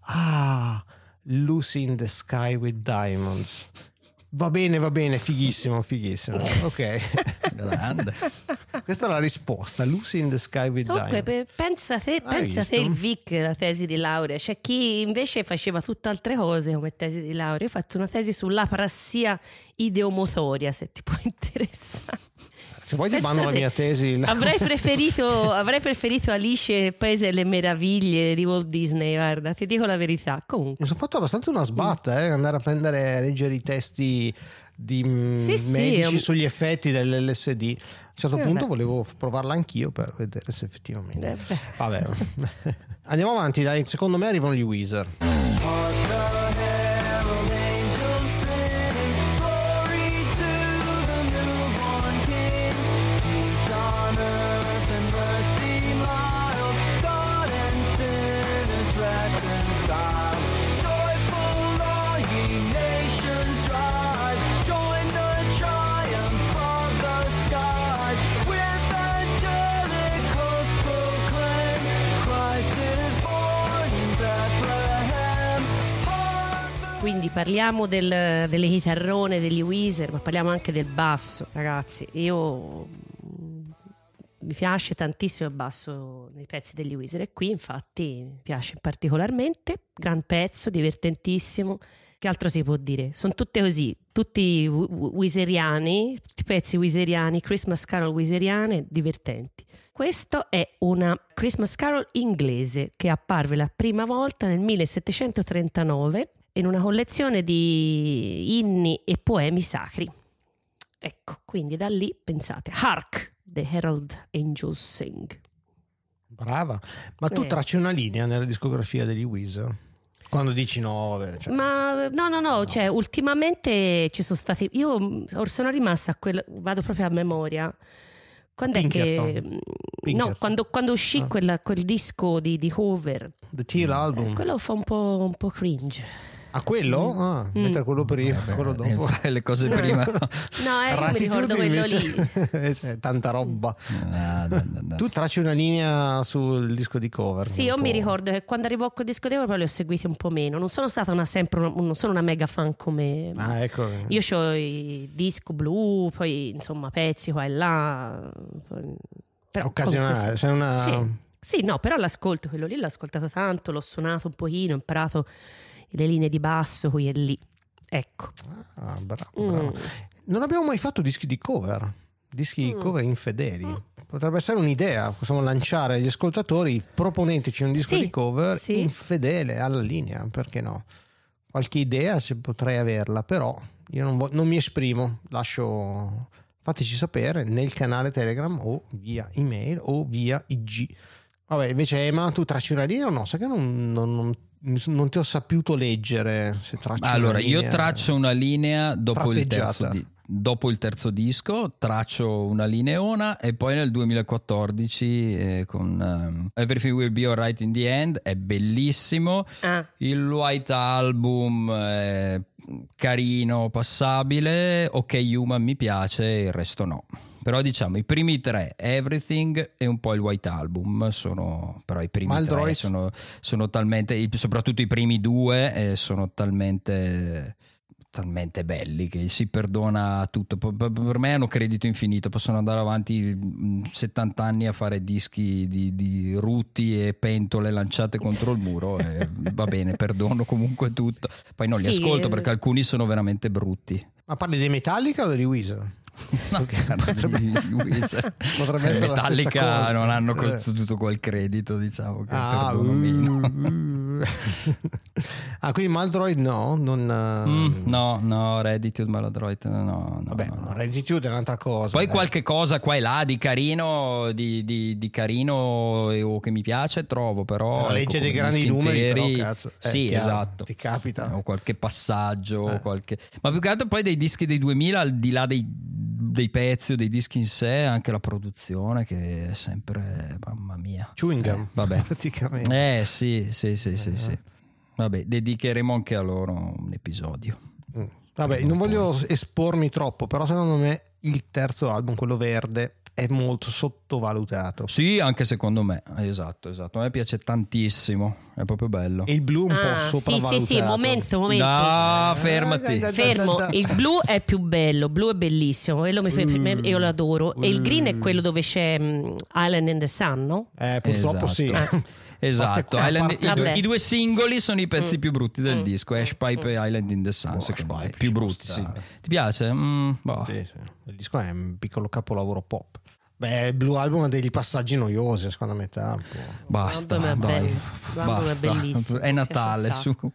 ah, Lucy in the Sky with Diamonds. Va bene, va bene, fighissimo, fighissimo. Ok. Grande. Questa è la risposta, Lucy in the Sky with Comunque, Diamonds. pe- pensa te, Hai pensa te visto? il Vic, la tesi di laurea. C'è chi invece faceva tutt'altre cose come tesi di laurea. Io ho fatto una tesi sull'aprassia ideomotoria, se ti può interessare. Se vuoi ti Pensa mando la te, mia tesi. Avrei preferito, avrei preferito Alice nel Paese delle Meraviglie di Walt Disney, guarda, ti dico la verità. Comunque, Mi sono fatto abbastanza una sbatta, eh, andare a prendere a leggere i testi di mm, Sì, sì, medici è un- sugli effetti dell'L S D. A un certo Eh, punto vabbè. volevo provarla anch'io per vedere se effettivamente. Eh, beh. Vabbè. Andiamo avanti, dai. Secondo me arrivano gli Weezer. Hark the herald Quindi parliamo del, delle chitarrone degli Weezer, ma parliamo anche del basso, ragazzi. Io mm, mi piace tantissimo il basso nei pezzi degli Weezer e qui infatti mi piace particolarmente. Gran pezzo, divertentissimo. Che altro si può dire? Sono tutte così, tutti weezeriani, tutti pezzi weezeriani, Christmas Carol weezeriane, divertenti. Questo è una Christmas Carol inglese che apparve la prima volta nel millesettecentotrentanove in una collezione di inni e poemi sacri. Ecco, quindi da lì pensate, Hark, the Herald Angels Sing. Brava, ma tu Eh. tracci una linea nella discografia degli Weezer? Quando dici nove, cioè, Ma no, no, no, cioè ultimamente ci sono stati. Io mh, sono rimasta a quel. Vado proprio a memoria. Quando è che. Pinkerton. No, Pinkerton. quando, quando uscì Ah. quella- quel disco di, di cover. The Teal Album. Quello fa un po', un po' cringe. A quello? Ah, Mm. mentre quello prima, Vabbè, quello dopo. eh, le cose prima. No, eh, io mi Gratitude ricordo quello lì. invece- cioè, tanta roba. Ah, da, da, da. Tu tracci una linea sul disco di cover. Sì, un io mi po'. ricordo che quando arrivò a quel disco di cover poi li ho seguiti un po' meno. Non sono stata una, sempre una, non sono una mega fan come. Ah, ecco. Io ho i disco blu, poi insomma pezzi qua e là. poi- Però Occasionale, comunque sei una... sì. Sì, no, però l'ascolto, quello lì l'ho ascoltato tanto, l'ho suonato un pochino, ho imparato le linee di basso qui e lì. Ecco. Ah, bravo, Mm. bravo. Non abbiamo mai fatto dischi di cover, dischi di Mm. cover infedeli. Potrebbe essere un'idea, possiamo lanciare agli ascoltatori, proponeteci un disco Sì, di cover sì. infedele alla linea, perché no? Qualche idea ci potrei averla, però io non, vo- non mi esprimo, lascio, fateci sapere nel canale Telegram o via email o via I G. Vabbè, invece Emma, tu tracci una linea o no? Sai che non, non- non- non ti ho saputo leggere se tracci Allora, una io linea. traccio una linea dopo il, terzo Tratteggiata. di- dopo il terzo disco, traccio una lineona e poi nel duemilaquattordici eh, con ehm, Everything Will Be Alright in the End, è bellissimo. Ah, Il White Album è carino, passabile. Ok Human mi piace, il resto no. Però diciamo i primi tre, Everything e un po' il White Album, sono però i primi Maldroid. tre sono, sono talmente, i- soprattutto i primi due eh, sono talmente talmente belli che si perdona tutto. Per per me hanno credito infinito, possono andare avanti mh, settanta anni a fare dischi di, di rutti e pentole lanciate contro il muro e va bene, perdono comunque tutto. Poi non li Sì, ascolto eh. perché alcuni sono veramente brutti. Ma parli dei Metallica o degli Weezer? No, potrebbe- di Weezer. potrebbe essere la stessa Metallica cosa. non hanno Eh. costituito quel credito, diciamo che Ah, perdono meno. uh, uh. ah, quindi Maldroid no? Non, uh, Mm, no, no, Redditude, Maladroid, no, no, Vabbè, no, no. Redditude è un'altra cosa. Poi eh. qualche cosa qua e là di carino, di, di, di carino e- o che mi piace trovo, però La ecco, legge dei come grandi dischi numeri, interi- però, cazzo, è sì, chiaro, esatto. ti capita. O qualche passaggio, Eh. qualche... ma più che altro poi dei dischi dei duemila, al di là dei, dei pezzi o dei dischi in sé, anche la produzione che è sempre, mamma mia. Chewing gum, Eh, vabbè. praticamente. Eh sì, sì, sì, sì, sì. Vabbè, dedicheremo anche a loro un episodio. Mm. Vabbè, non voglio espormi troppo, però secondo me il terzo album, quello verde, è molto sottovalutato. Sì, anche secondo me, esatto, esatto. A me piace tantissimo, è proprio bello. E il blu un po' ah, sì, sopravvalutato. sì, sì, momento, momento. No, Eh, fermati. dai, dai, Fermo, dai, dai. il blu è più bello, blu è bellissimo, quello mi, per me- io lo adoro. E il green è quello dove c'è mm, Island in the Sun, no? Eh, purtroppo Esatto. sì. Esatto, Parte qua, Island- parte- i, due, Vabbè. i due singoli sono i pezzi Mm. più brutti del Mm. disco, Ash Pipe e Island in the Sun, Oh, secondo Ash me, Pipe più ci può brutti, sì. stare. Ti piace? Mm, boh. Sì, sì. Il disco è un piccolo capolavoro pop. Beh, il Blue Album ha degli passaggi noiosi, secondo me. Tanto. Basta, L'album è dai, bello, l'album è basta. bellissimo, È mi Natale, piace su.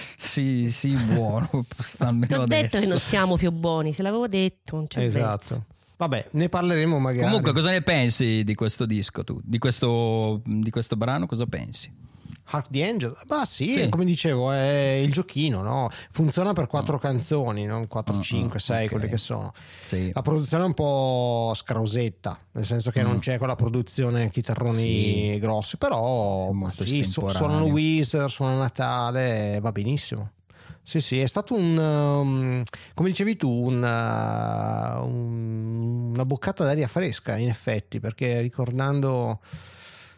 Sì, sì, buono, sta almeno Ti ho detto che adesso. non siamo più buoni, te l'avevo detto, non c'è verso. Esatto. Vabbè, ne parleremo magari. Comunque, cosa ne pensi di questo disco tu? Di questo, di questo brano cosa pensi? Heart the Angel? Bah sì, Sì. come dicevo, è il giochino, no? Funziona per quattro canzoni, non quattro, Mm, cinque, mm, sei, ok. quelle che sono. Sì. La produzione è un po' scrausetta, nel senso che Mm. non c'è quella produzione chitarroni Sì. grossi, però È ma molto sì, su- estemporaneo. suonano Weezer, suonano Natale, va benissimo. Sì, sì, è stato un, um, come dicevi tu, un, uh, un- una boccata d'aria fresca in effetti, perché ricordando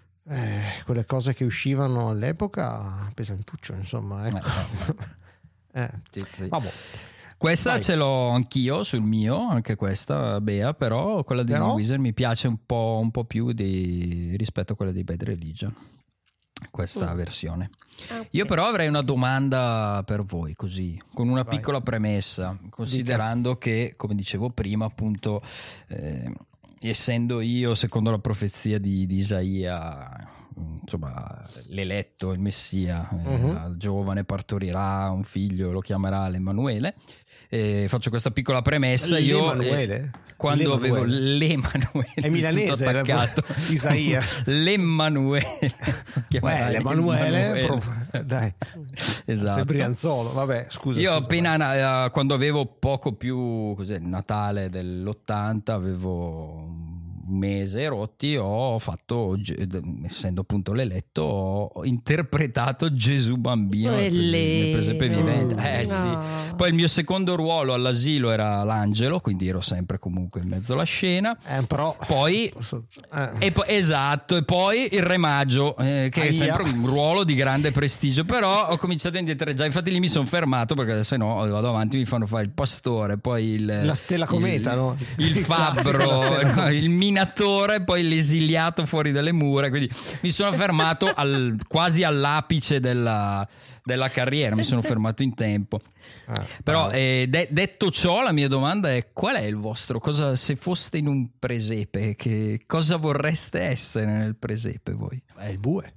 eh, quelle cose che uscivano all'epoca, pesantuccio, insomma, ecco. Eh. Sì, sì. Vabbè. Questa Vai. ce l'ho anch'io sul mio, anche questa Bea, però quella di Però? Young Wizard mi piace un po', un po' più di, rispetto a quella di Bad Religion, questa Mm. versione. Ah, Io ok. però avrei una domanda per voi, così, con una Vai. piccola premessa, considerando che, come dicevo prima, appunto, eh, essendo io, secondo la profezia di, di Isaia, insomma, l'eletto, il Messia, eh, Mhm. il giovane partorirà un figlio, lo chiamerà l'Emanuele. Eh, faccio questa piccola premessa. Io, L'Emanuele? eh, quando avevo L'Emanuele? l'Emanuele, È milanese, tutto era attaccato. Isaia. L'Emanuele, Beh, l'Emanuele, pro- dai, esatto. sei Brianzolo, vabbè, scusa. Io scusa, appena vai. na- eh, quando avevo poco più cos'è, Natale dell'ottanta, avevo un mese e rotti, ho fatto, ge- essendo appunto l'eletto, ho interpretato Gesù bambino nel prese- nel presepe Poverino. vivente. Eh, sì. No. Poi il mio secondo ruolo all'asilo era l'angelo, quindi ero sempre comunque in mezzo alla scena. Eh, però... Poi Eh. e po- esatto, e poi il Re Maggio, eh, che Aia. è sempre un ruolo di grande prestigio, però ho cominciato a indietreggiare, infatti lì mi sono fermato perché se no vado avanti, mi fanno fare il pastore, poi il, La stella cometa, il, no? il Il classico, fabbro, la stella cometa. il minatore, poi l'esiliato fuori dalle mura, quindi mi sono fermato al, quasi all'apice della, della carriera, mi sono fermato in tempo. Ah, Però bravo. eh, de- detto ciò, la mia domanda è: qual è il vostro, cosa, se foste in un presepe, che cosa vorreste essere nel presepe voi? È il bue.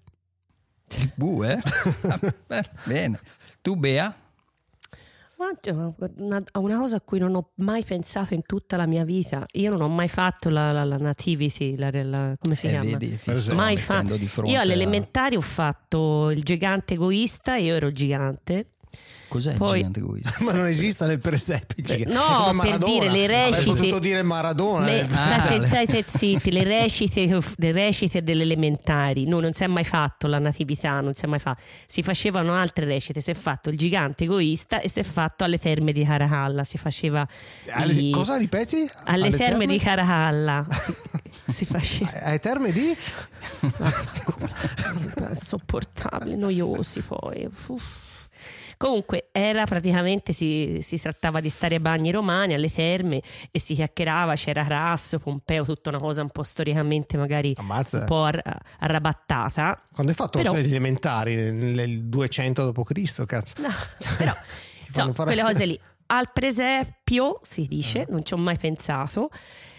Il bue? Ah, beh, bene. Tu Bea? Ma c'è Una, una- una cosa a cui non ho mai pensato in tutta la mia vita. Io non ho mai fatto la, la, la nativity, la, la- come si Eh, chiama? vedi, ti Per sto esempio. Mai mettendo fa- di fronte Io alle a- elementari ho fatto il gigante egoista, io ero il gigante. Cos'è Poi- il gigante egoista? Ma non esiste nel presepe. il gigante. no, È come per Maradona. dire le Avrei recite- potuto dire Maradona. Me- eh. Ah, state, le- state zitti, le recite, le recite delle elementari, no, non si è mai fatto la natività, non si è mai fatto. Si facevano altre recite, si è fatto il gigante egoista e si è fatto alle terme di Caracalla, si faceva Alle- i- Cosa ripeti? alle, terme, di Caracalla si, si faceva Ai terme di? insopportabili, noiosi poi. Uff. Comunque era praticamente si, si trattava di stare ai bagni romani, alle terme, e si chiacchierava, c'era Crasso, Pompeo, tutta una cosa un po' storicamente magari Ammazza. un po' ar- arrabattata. Quando hai fatto Però- le elementari? Nel, nel duecento dopo Cristo, cazzo. No, però Ti insomma, fanno fare- quelle cose lì. Al presepio si dice, non ci ho mai pensato.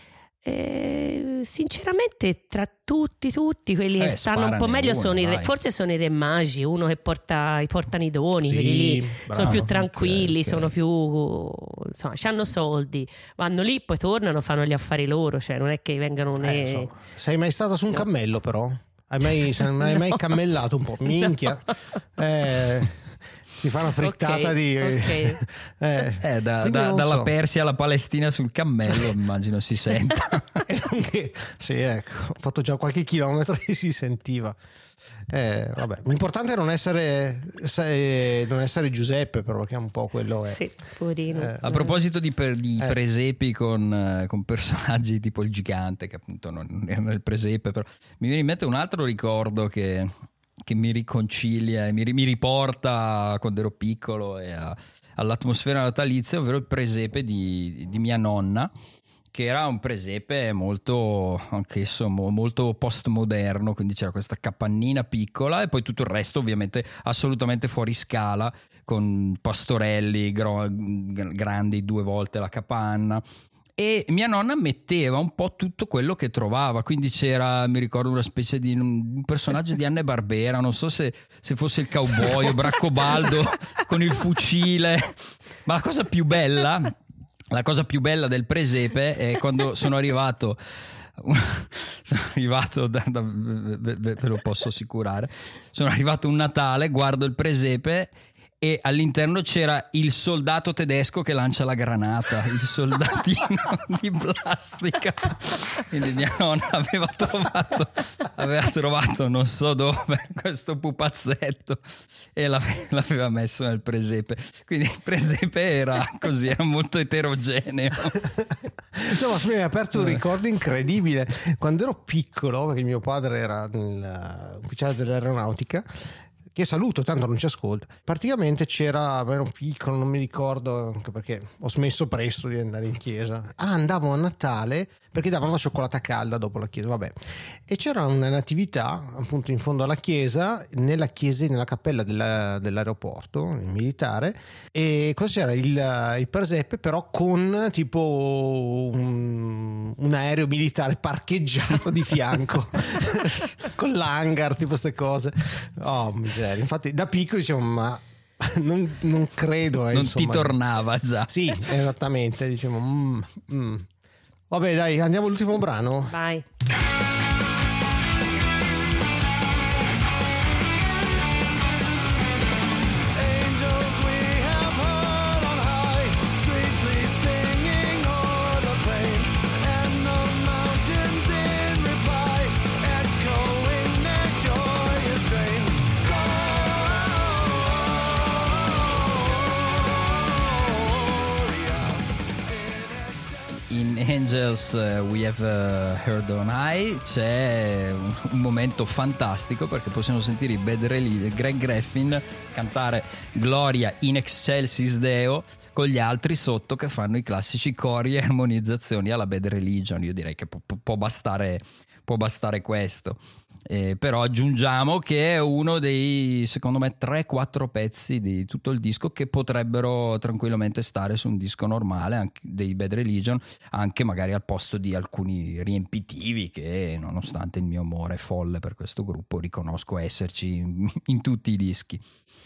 Eh, sinceramente, tra tutti, tutti quelli Eh, che stanno un po' sparane meglio uno, sono i re, dai. forse sono i re magi, uno che porta, i portano i doni, Sì, quelli lì bravo, sono più ok, tranquilli, ok. sono più insomma, hanno soldi, vanno lì, poi tornano, fanno gli affari loro, cioè non è che vengano Eh, ne... insomma. Sei mai stata su un cammello, però? Hai mai, sei mai, mai No. cammellato un po'? Minchia. Eh, ti fa una frittata Ok, di... ok. eh, Eh, da- quindi da- non dalla so. Persia alla Palestina sul cammello, immagino si senta. E anche- sì, ecco, ho fatto già qualche chilometro e si sentiva. Eh, vabbè. L'importante è non essere, se- non essere Giuseppe, però, che è un po' quello è. Sì, poverino. Eh, A proposito di, per- di Eh. presepi con, eh, con personaggi tipo il gigante, che appunto non era nel presepe, però mi viene in mente un altro ricordo che, che mi riconcilia e mi, ri- mi riporta a quando ero piccolo e a- all'atmosfera natalizia, ovvero il presepe di, di mia nonna, che era un presepe molto, anch'esso mo- molto postmoderno, quindi c'era questa capannina piccola e poi tutto il resto ovviamente assolutamente fuori scala, con pastorelli gro- g- grandi due volte la capanna. E mia nonna metteva un po' tutto quello che trovava, quindi c'era, mi ricordo, una specie di un personaggio di Anne Barbera, non so se, se fosse il cowboy o Braccobaldo con il fucile, ma la cosa più bella, la cosa più bella del presepe è quando sono arrivato, sono arrivato, da, da- ve, ve- ve lo posso assicurare, sono arrivato un Natale, guardo il presepe e all'interno c'era il soldato tedesco che lancia la granata, il soldatino di plastica. Quindi mia nonna aveva trovato, aveva trovato non so dove questo pupazzetto e l'ave- l'aveva messo nel presepe. Quindi il presepe era così, era molto eterogeneo. No, ma mi hai aperto un ricordo incredibile. Quando ero piccolo, perché mio padre era nel- ufficiale dell'aeronautica, che saluto, tanto non ci ascolta. Praticamente c'era, ero piccolo, non mi ricordo, anche perché ho smesso presto di andare in chiesa. Ah, andavo a Natale perché davano la cioccolata calda dopo la chiesa, vabbè. E c'era una natività appunto in fondo alla chiesa, nella chiesa, nella cappella della, dell'aeroporto il militare. E cosa c'era? Il, il presepe, però con tipo un, un aereo militare parcheggiato di fianco con l'hangar, tipo queste cose. Oh miseria, infatti da piccolo dicevo ma non, non credo eh, non insomma. ti tornava già. Sì, esattamente, dicevo mm, mm. Vabbè dai, andiamo all'ultimo brano. Vai. Angels we have heard on high, sweetly singing o'er the plains, and the mountains in reply, echoing their joyous strains. In Angels uh, We Have uh, Heard on High c'è un, un momento fantastico perché possiamo sentire i Bad Religion, Greg Graffin cantare Gloria in Excelsis Deo con gli altri sotto che fanno i classici cori e armonizzazioni alla Bad Religion. Io direi che può, può bastare può bastare questo. Eh, però aggiungiamo che è uno dei, secondo me, tre quattro pezzi di tutto il disco che potrebbero tranquillamente stare su un disco normale anche dei Bad Religion, anche magari al posto di alcuni riempitivi che, nonostante il mio amore folle per questo gruppo, riconosco esserci in, in tutti i dischi.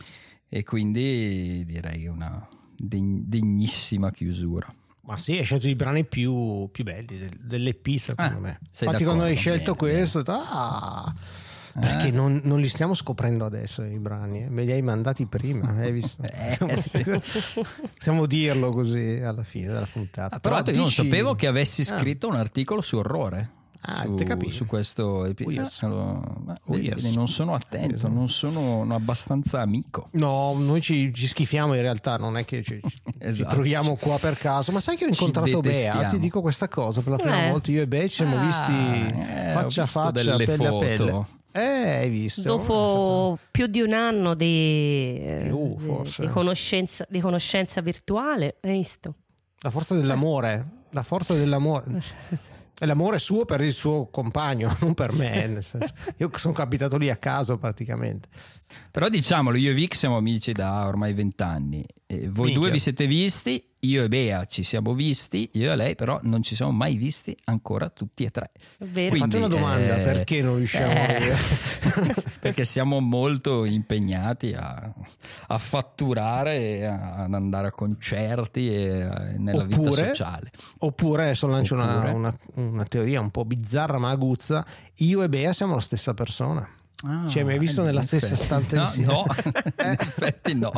E quindi direi una deg- degnissima chiusura. Ma sì, hai scelto i brani più, più belli del, dell'E P secondo Ah, me. sei Infatti quando hai d'accordo, scelto bene, questo bene. Ah, perché Eh? non, non li stiamo scoprendo adesso i brani, eh? Me li hai mandati prima, hai visto? Eh, possiamo, possiamo dirlo così alla fine della puntata. Ah, tra l'altro io non dici- sapevo che avessi Ah. scritto un articolo su Orrore. Ah, su, te capisci? su questo Oh, yes. episodio. Oh, yes. Non sono attento, Esatto. non sono abbastanza amico. No, noi ci, ci schifiamo in realtà, non è che ci, ci- Esatto. ci troviamo qua per caso. Ma sai che ho Ci incontrato Bea? detestiamo. Ti dico questa cosa per la prima Eh. volta. Io e Bea ci siamo Ah, visti eh, ho faccia a visto faccia, delle pelle foto. a pelle. Eh, hai visto? Dopo più di un anno di, Più, di- forse. di conoscenza, di conoscenza virtuale, hai visto? La forza dell'amore, la forza dell'amore. E l'amore suo per il suo compagno, non per me. Nel senso, io sono capitato lì a caso praticamente. Però diciamolo, io e Vic siamo amici da ormai vent'anni. E voi Minchia. due vi siete visti, io e Bea ci siamo visti, io e lei però non ci siamo mai visti ancora tutti e tre. È vero. Quindi, Fate una domanda, eh, perché non riusciamo a eh, vedere? perché siamo molto impegnati a, a fatturare, e a- ad andare a concerti e a- nella vita Oppure- sociale. Oppure, adesso lancio una, Oppure? una- una teoria un po' bizzarra ma aguzza, io e Bea siamo la stessa persona. Ah, Ci hai mai visto in nella effetti. stessa stanza No, insieme? no, in effetti no.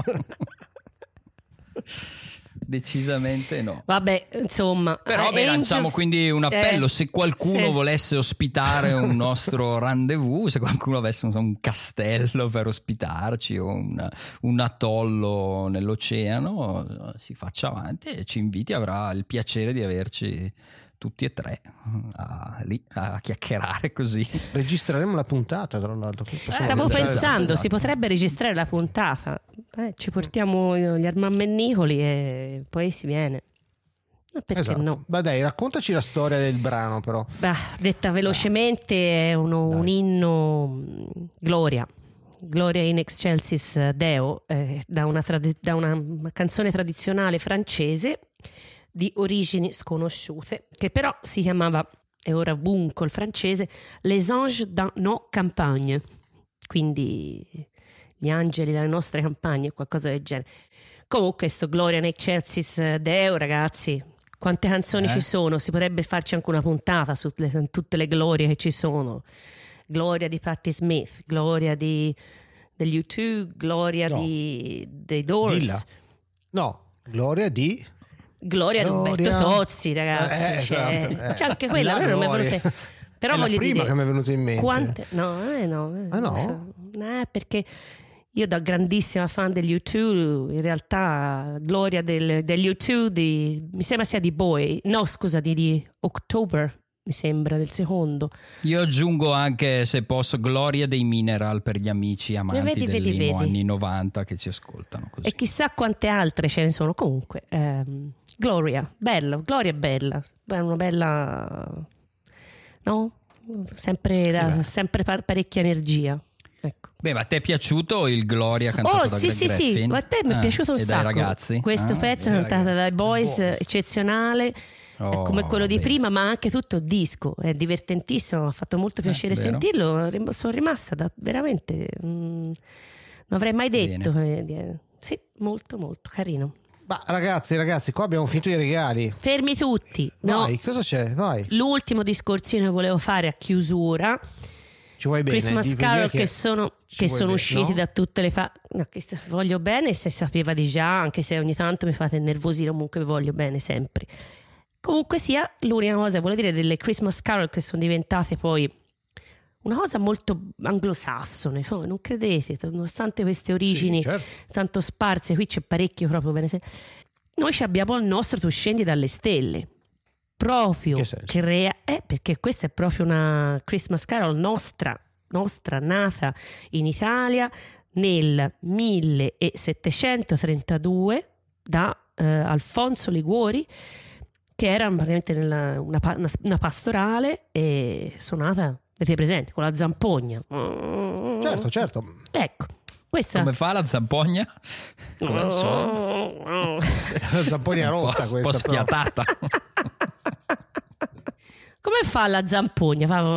Decisamente no. Vabbè, insomma. Però eh, beh, lanciamo Angels- quindi un appello, eh, se qualcuno sì. volesse ospitare un nostro rendezvous, se qualcuno avesse un, un castello per ospitarci o un, un atollo nell'oceano, si faccia avanti e ci inviti, avrà il piacere di averci tutti e tre a, lì a chiacchierare così. Registreremo la puntata, tra l'altro. Possiamo Stavo registrare- pensando, esatto. si potrebbe registrare la puntata. Eh, ci portiamo gli armamennicoli e poi si viene. Ma perché Esatto. no? Beh, dai, raccontaci la storia del brano, però. Bah, detta velocemente, è uno- Dai. un inno mh, Gloria. Gloria in Excelsis Deo, eh, da, una trad- da una canzone tradizionale francese di origini sconosciute, che però si chiamava, e ora bunco il francese, Les Anges dans nos campagnes, quindi gli angeli dalle nostre campagne, qualcosa del genere. Comunque sto Gloria in Excelsis Deo, ragazzi, quante canzoni Eh? ci sono, si potrebbe farci anche una puntata su le- tutte le glorie che ci sono. Gloria di Patti Smith, gloria di, degli U due, gloria No. di, dei Doors, Dilla. No, Gloria di... gloria di Umberto Gloria. Sozzi, ragazzi. Eh, cioè, esatto, eh. c'è anche quella, La però non mi è gloria. venuta- Però È la voglio prima dire, che mi è venuta in mente. quante... No, eh, no. eh, Ah, no? Eh, perché io da grandissima fan degli U due, in realtà gloria del- degli U due di, mi sembra sia di Boy, no scusa, di, di October, mi sembra, del secondo. Io aggiungo anche, se posso, Gloria dei Mineral per gli amici amanti vedi, vedi, dell'emo vedi. anni novanta che ci ascoltano così. E chissà quante altre ce ne sono. Comunque, ehm, Gloria, bella, Gloria è bella, è una bella, no? Sempre, da, beh. sempre par- parecchia energia. Ecco. Beh, ma ti è piaciuto il Gloria cantato Oh da sì Greg sì sì, Graffin? ma a te mi è Ah, piaciuto un e sacco. dai ragazzi? Questo Ah? pezzo dai cantato ragazzi, dai Boys, Boys. eccezionale. Oh, È come quello di bene. prima, ma anche tutto disco, è divertentissimo, mi ha fatto molto piacere vero. sentirlo. Rim- sono rimasta da, veramente, mm, non avrei mai detto. eh, di- sì, molto molto carino. Ma ragazzi, ragazzi, qua abbiamo finito i regali. Fermi tutti. No, Vai, cosa c'è? Vai. l'ultimo discorsino che volevo fare a chiusura. Ci vuoi bene? Christmas Di- vuol Carol dire che, sono, ci che vuoi sono bene, usciti no? da tutte le fa- no, che s- voglio bene, se sapeva di già, anche se ogni tanto mi fate innervosire, comunque vi voglio bene sempre. Comunque sia, l'unica cosa che volevo dire delle Christmas Carol che sono diventate poi una cosa molto anglosassone, so, non credete, nonostante queste origini Sì, certo. tanto sparse, qui c'è parecchio proprio bene se- noi ci abbiamo il nostro Tu scendi dalle stelle, proprio Che senso? crea eh, perché questa è proprio una Christmas Carol nostra, nostra nata in Italia nel millesettecentotrentadue da eh, Alfonso Liguori, che era praticamente nella- una, pa- una- una pastorale e suonata, avete presente, con la zampogna. Certo, certo. Ecco, questa Come fa la zampogna? Come al solito. La zampogna rotta Un po' questa. però. spiatata. Come fa la zampogna? Fa...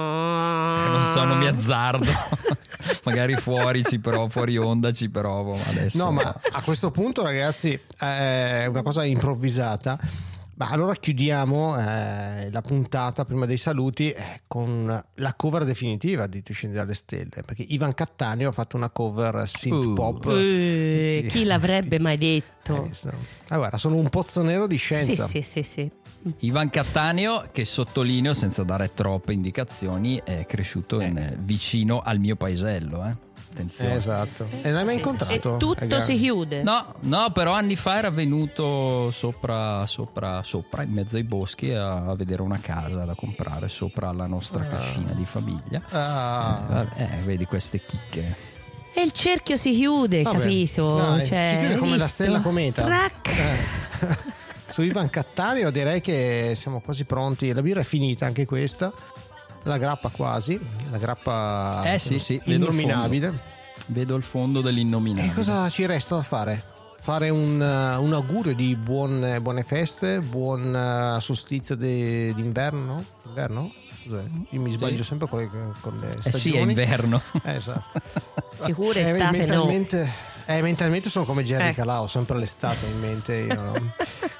Non so, non mi azzardo. Magari fuori ci provo, fuori onda ci provo. Ma adesso No, ma a questo punto, ragazzi, è una cosa improvvisata. Ma allora chiudiamo eh, la puntata prima dei saluti eh, con la cover definitiva di Tu scendi dalle stelle, perché Ivan Cattaneo ha fatto una cover synth Uh. pop. Eh, chi l'avrebbe mai Hai detto? visto? Ah, guarda, sono un pozzo nero di Sì, scienza. sì, sì, sì. Ivan Cattaneo, che sottolineo senza dare troppe indicazioni, è cresciuto in- vicino al mio paesello. Eh. Attenzione. Eh, esatto. E l'hai mai incontrato? E tutto Ragazzi? si chiude. No, no, però anni fa era venuto sopra, sopra, sopra, in mezzo ai boschi a, a vedere una casa da comprare sopra la nostra cascina di famiglia. Ah. Eh, eh, vedi queste chicche. E il cerchio si chiude, Vabbè, capito? dai, Cioè, si chiude come la visto? stella cometa. Trac. Eh. Su Ivan Cattaneo direi che siamo quasi pronti. La birra è finita anche questa. La grappa quasi. La grappa Eh sì, sì, vedo il innominabile. Vedo il fondo E dell'innominabile. cosa ci resta da fare? Fare un, uh, un augurio di buone, buone feste, buon uh, solstizio de- d'inverno, no? Inverno? Cos'è? Io mi sbaglio sempre con le, con le Eh stagioni. sì, è inverno. Eh, esatto. Sicuro Eh, estate no. mentalmente, eh, mentalmente sono come Jerry Eh. Calà, ho sempre l'estate in mente. Io, no?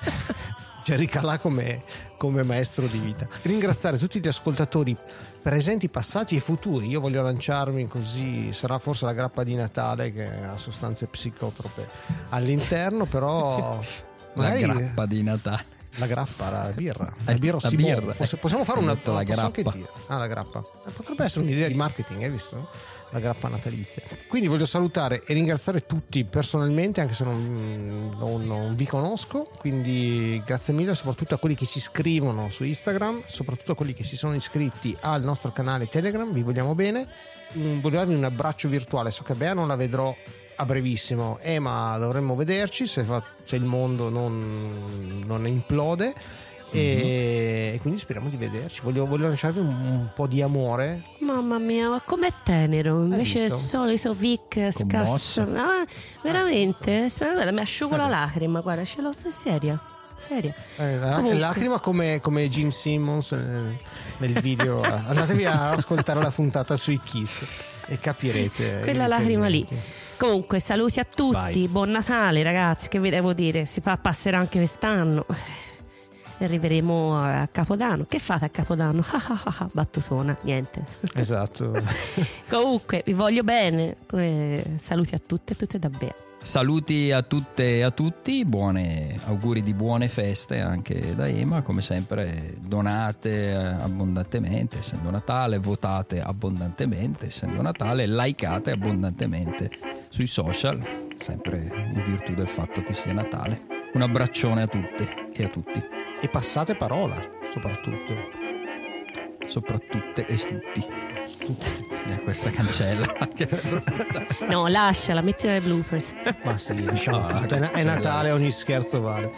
Jerry Calà come, come maestro di vita. Ringraziare tutti gli ascoltatori presenti, passati e futuri. Io voglio lanciarmi così, sarà forse la grappa di Natale che ha sostanze psicotrope all'interno, però La magari grappa di Natale. la grappa, la birra, la Eh, birra la Simone. birra. Poss- Possiamo fare Hai una detto la posso anche grappa. dire. Ah, la grappa. Eh, Potrebbe essere un'idea di marketing, hai visto? La grappa natalizia. Quindi voglio salutare e ringraziare tutti personalmente, anche se non, non- non vi conosco. Quindi grazie mille, soprattutto a quelli che ci scrivono su Instagram, soprattutto a quelli che si sono iscritti al nostro canale Telegram. Vi vogliamo bene. Mm, Voglio darvi un abbraccio virtuale. So che Bea non la vedrò a brevissimo, eh, ma dovremmo vederci se, fa- se il mondo non, non implode. E, e quindi speriamo di vederci. Voglio, voglio lanciarvi un, un po' di amore. Mamma mia, ma com'è tenero invece del visto? solito Vic scasso. Ah, veramente? Aspetta, guarda, mi asciugo la lacrima, guarda, ce l'ho seria. Seria. Eh, la Comunque. lacrima come, come Gene Simmons nel, nel video. Andatevi a ascoltare la puntata sui Kiss e capirete. Quella i lacrima lì. riferimenti. Comunque, saluti a tutti, Vai. buon Natale ragazzi, che vi devo dire, si fa, passerà anche quest'anno. E arriveremo a Capodanno. Che fate a Capodanno? Ah, ah, ah, ah, battutona, niente. Esatto. Comunque, vi voglio bene. Eh, saluti a tutte e tutte da Bea. Saluti a tutte e a tutti, buone, auguri di buone feste anche da Ema, come sempre donate eh, abbondantemente essendo Natale, votate abbondantemente essendo Natale, likeate abbondantemente sui social, sempre in virtù del fatto che sia Natale. Un abbraccione a tutte e a tutti. E passate parola, soprattutto. soprattutto e tutti. Eh, questa cancella. No, lasciala, mettila ai bloopers. Ma sì, lasciamo Ah, tutto. È, è sì, Natale, dai. ogni scherzo vale.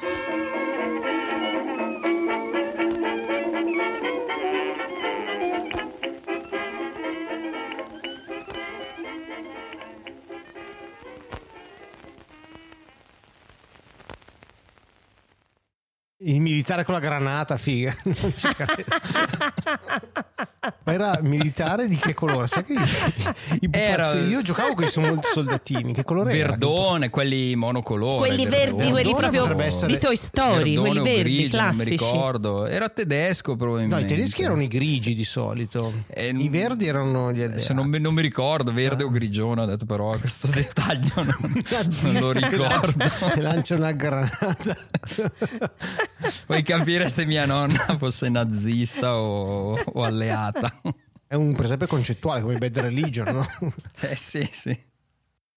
Il militare con la granata, figa. Non ci credo. Ma era militare di che colore? Sai che i Era- pupazzi- io giocavo con i sol- soldatini. Che colore era? Verdone, quelli monocolore. Quelli verdi, verdone. quelli Verdone proprio potrebbe essere- di Toy Story, Verdone quelli o verdi, grigio, non mi classici. ricordo. Era tedesco No, probabilmente. i tedeschi erano i grigi di solito. Eh, I verdi erano gli Se non, mi- non mi ricordo, verde o grigione, ho detto però questo dettaglio non, non lo ricordo. E lancia una granata. Vuoi capire se mia nonna fosse nazista o, o alleata? È un presepe concettuale come Bad Religion, no? Eh sì, sì.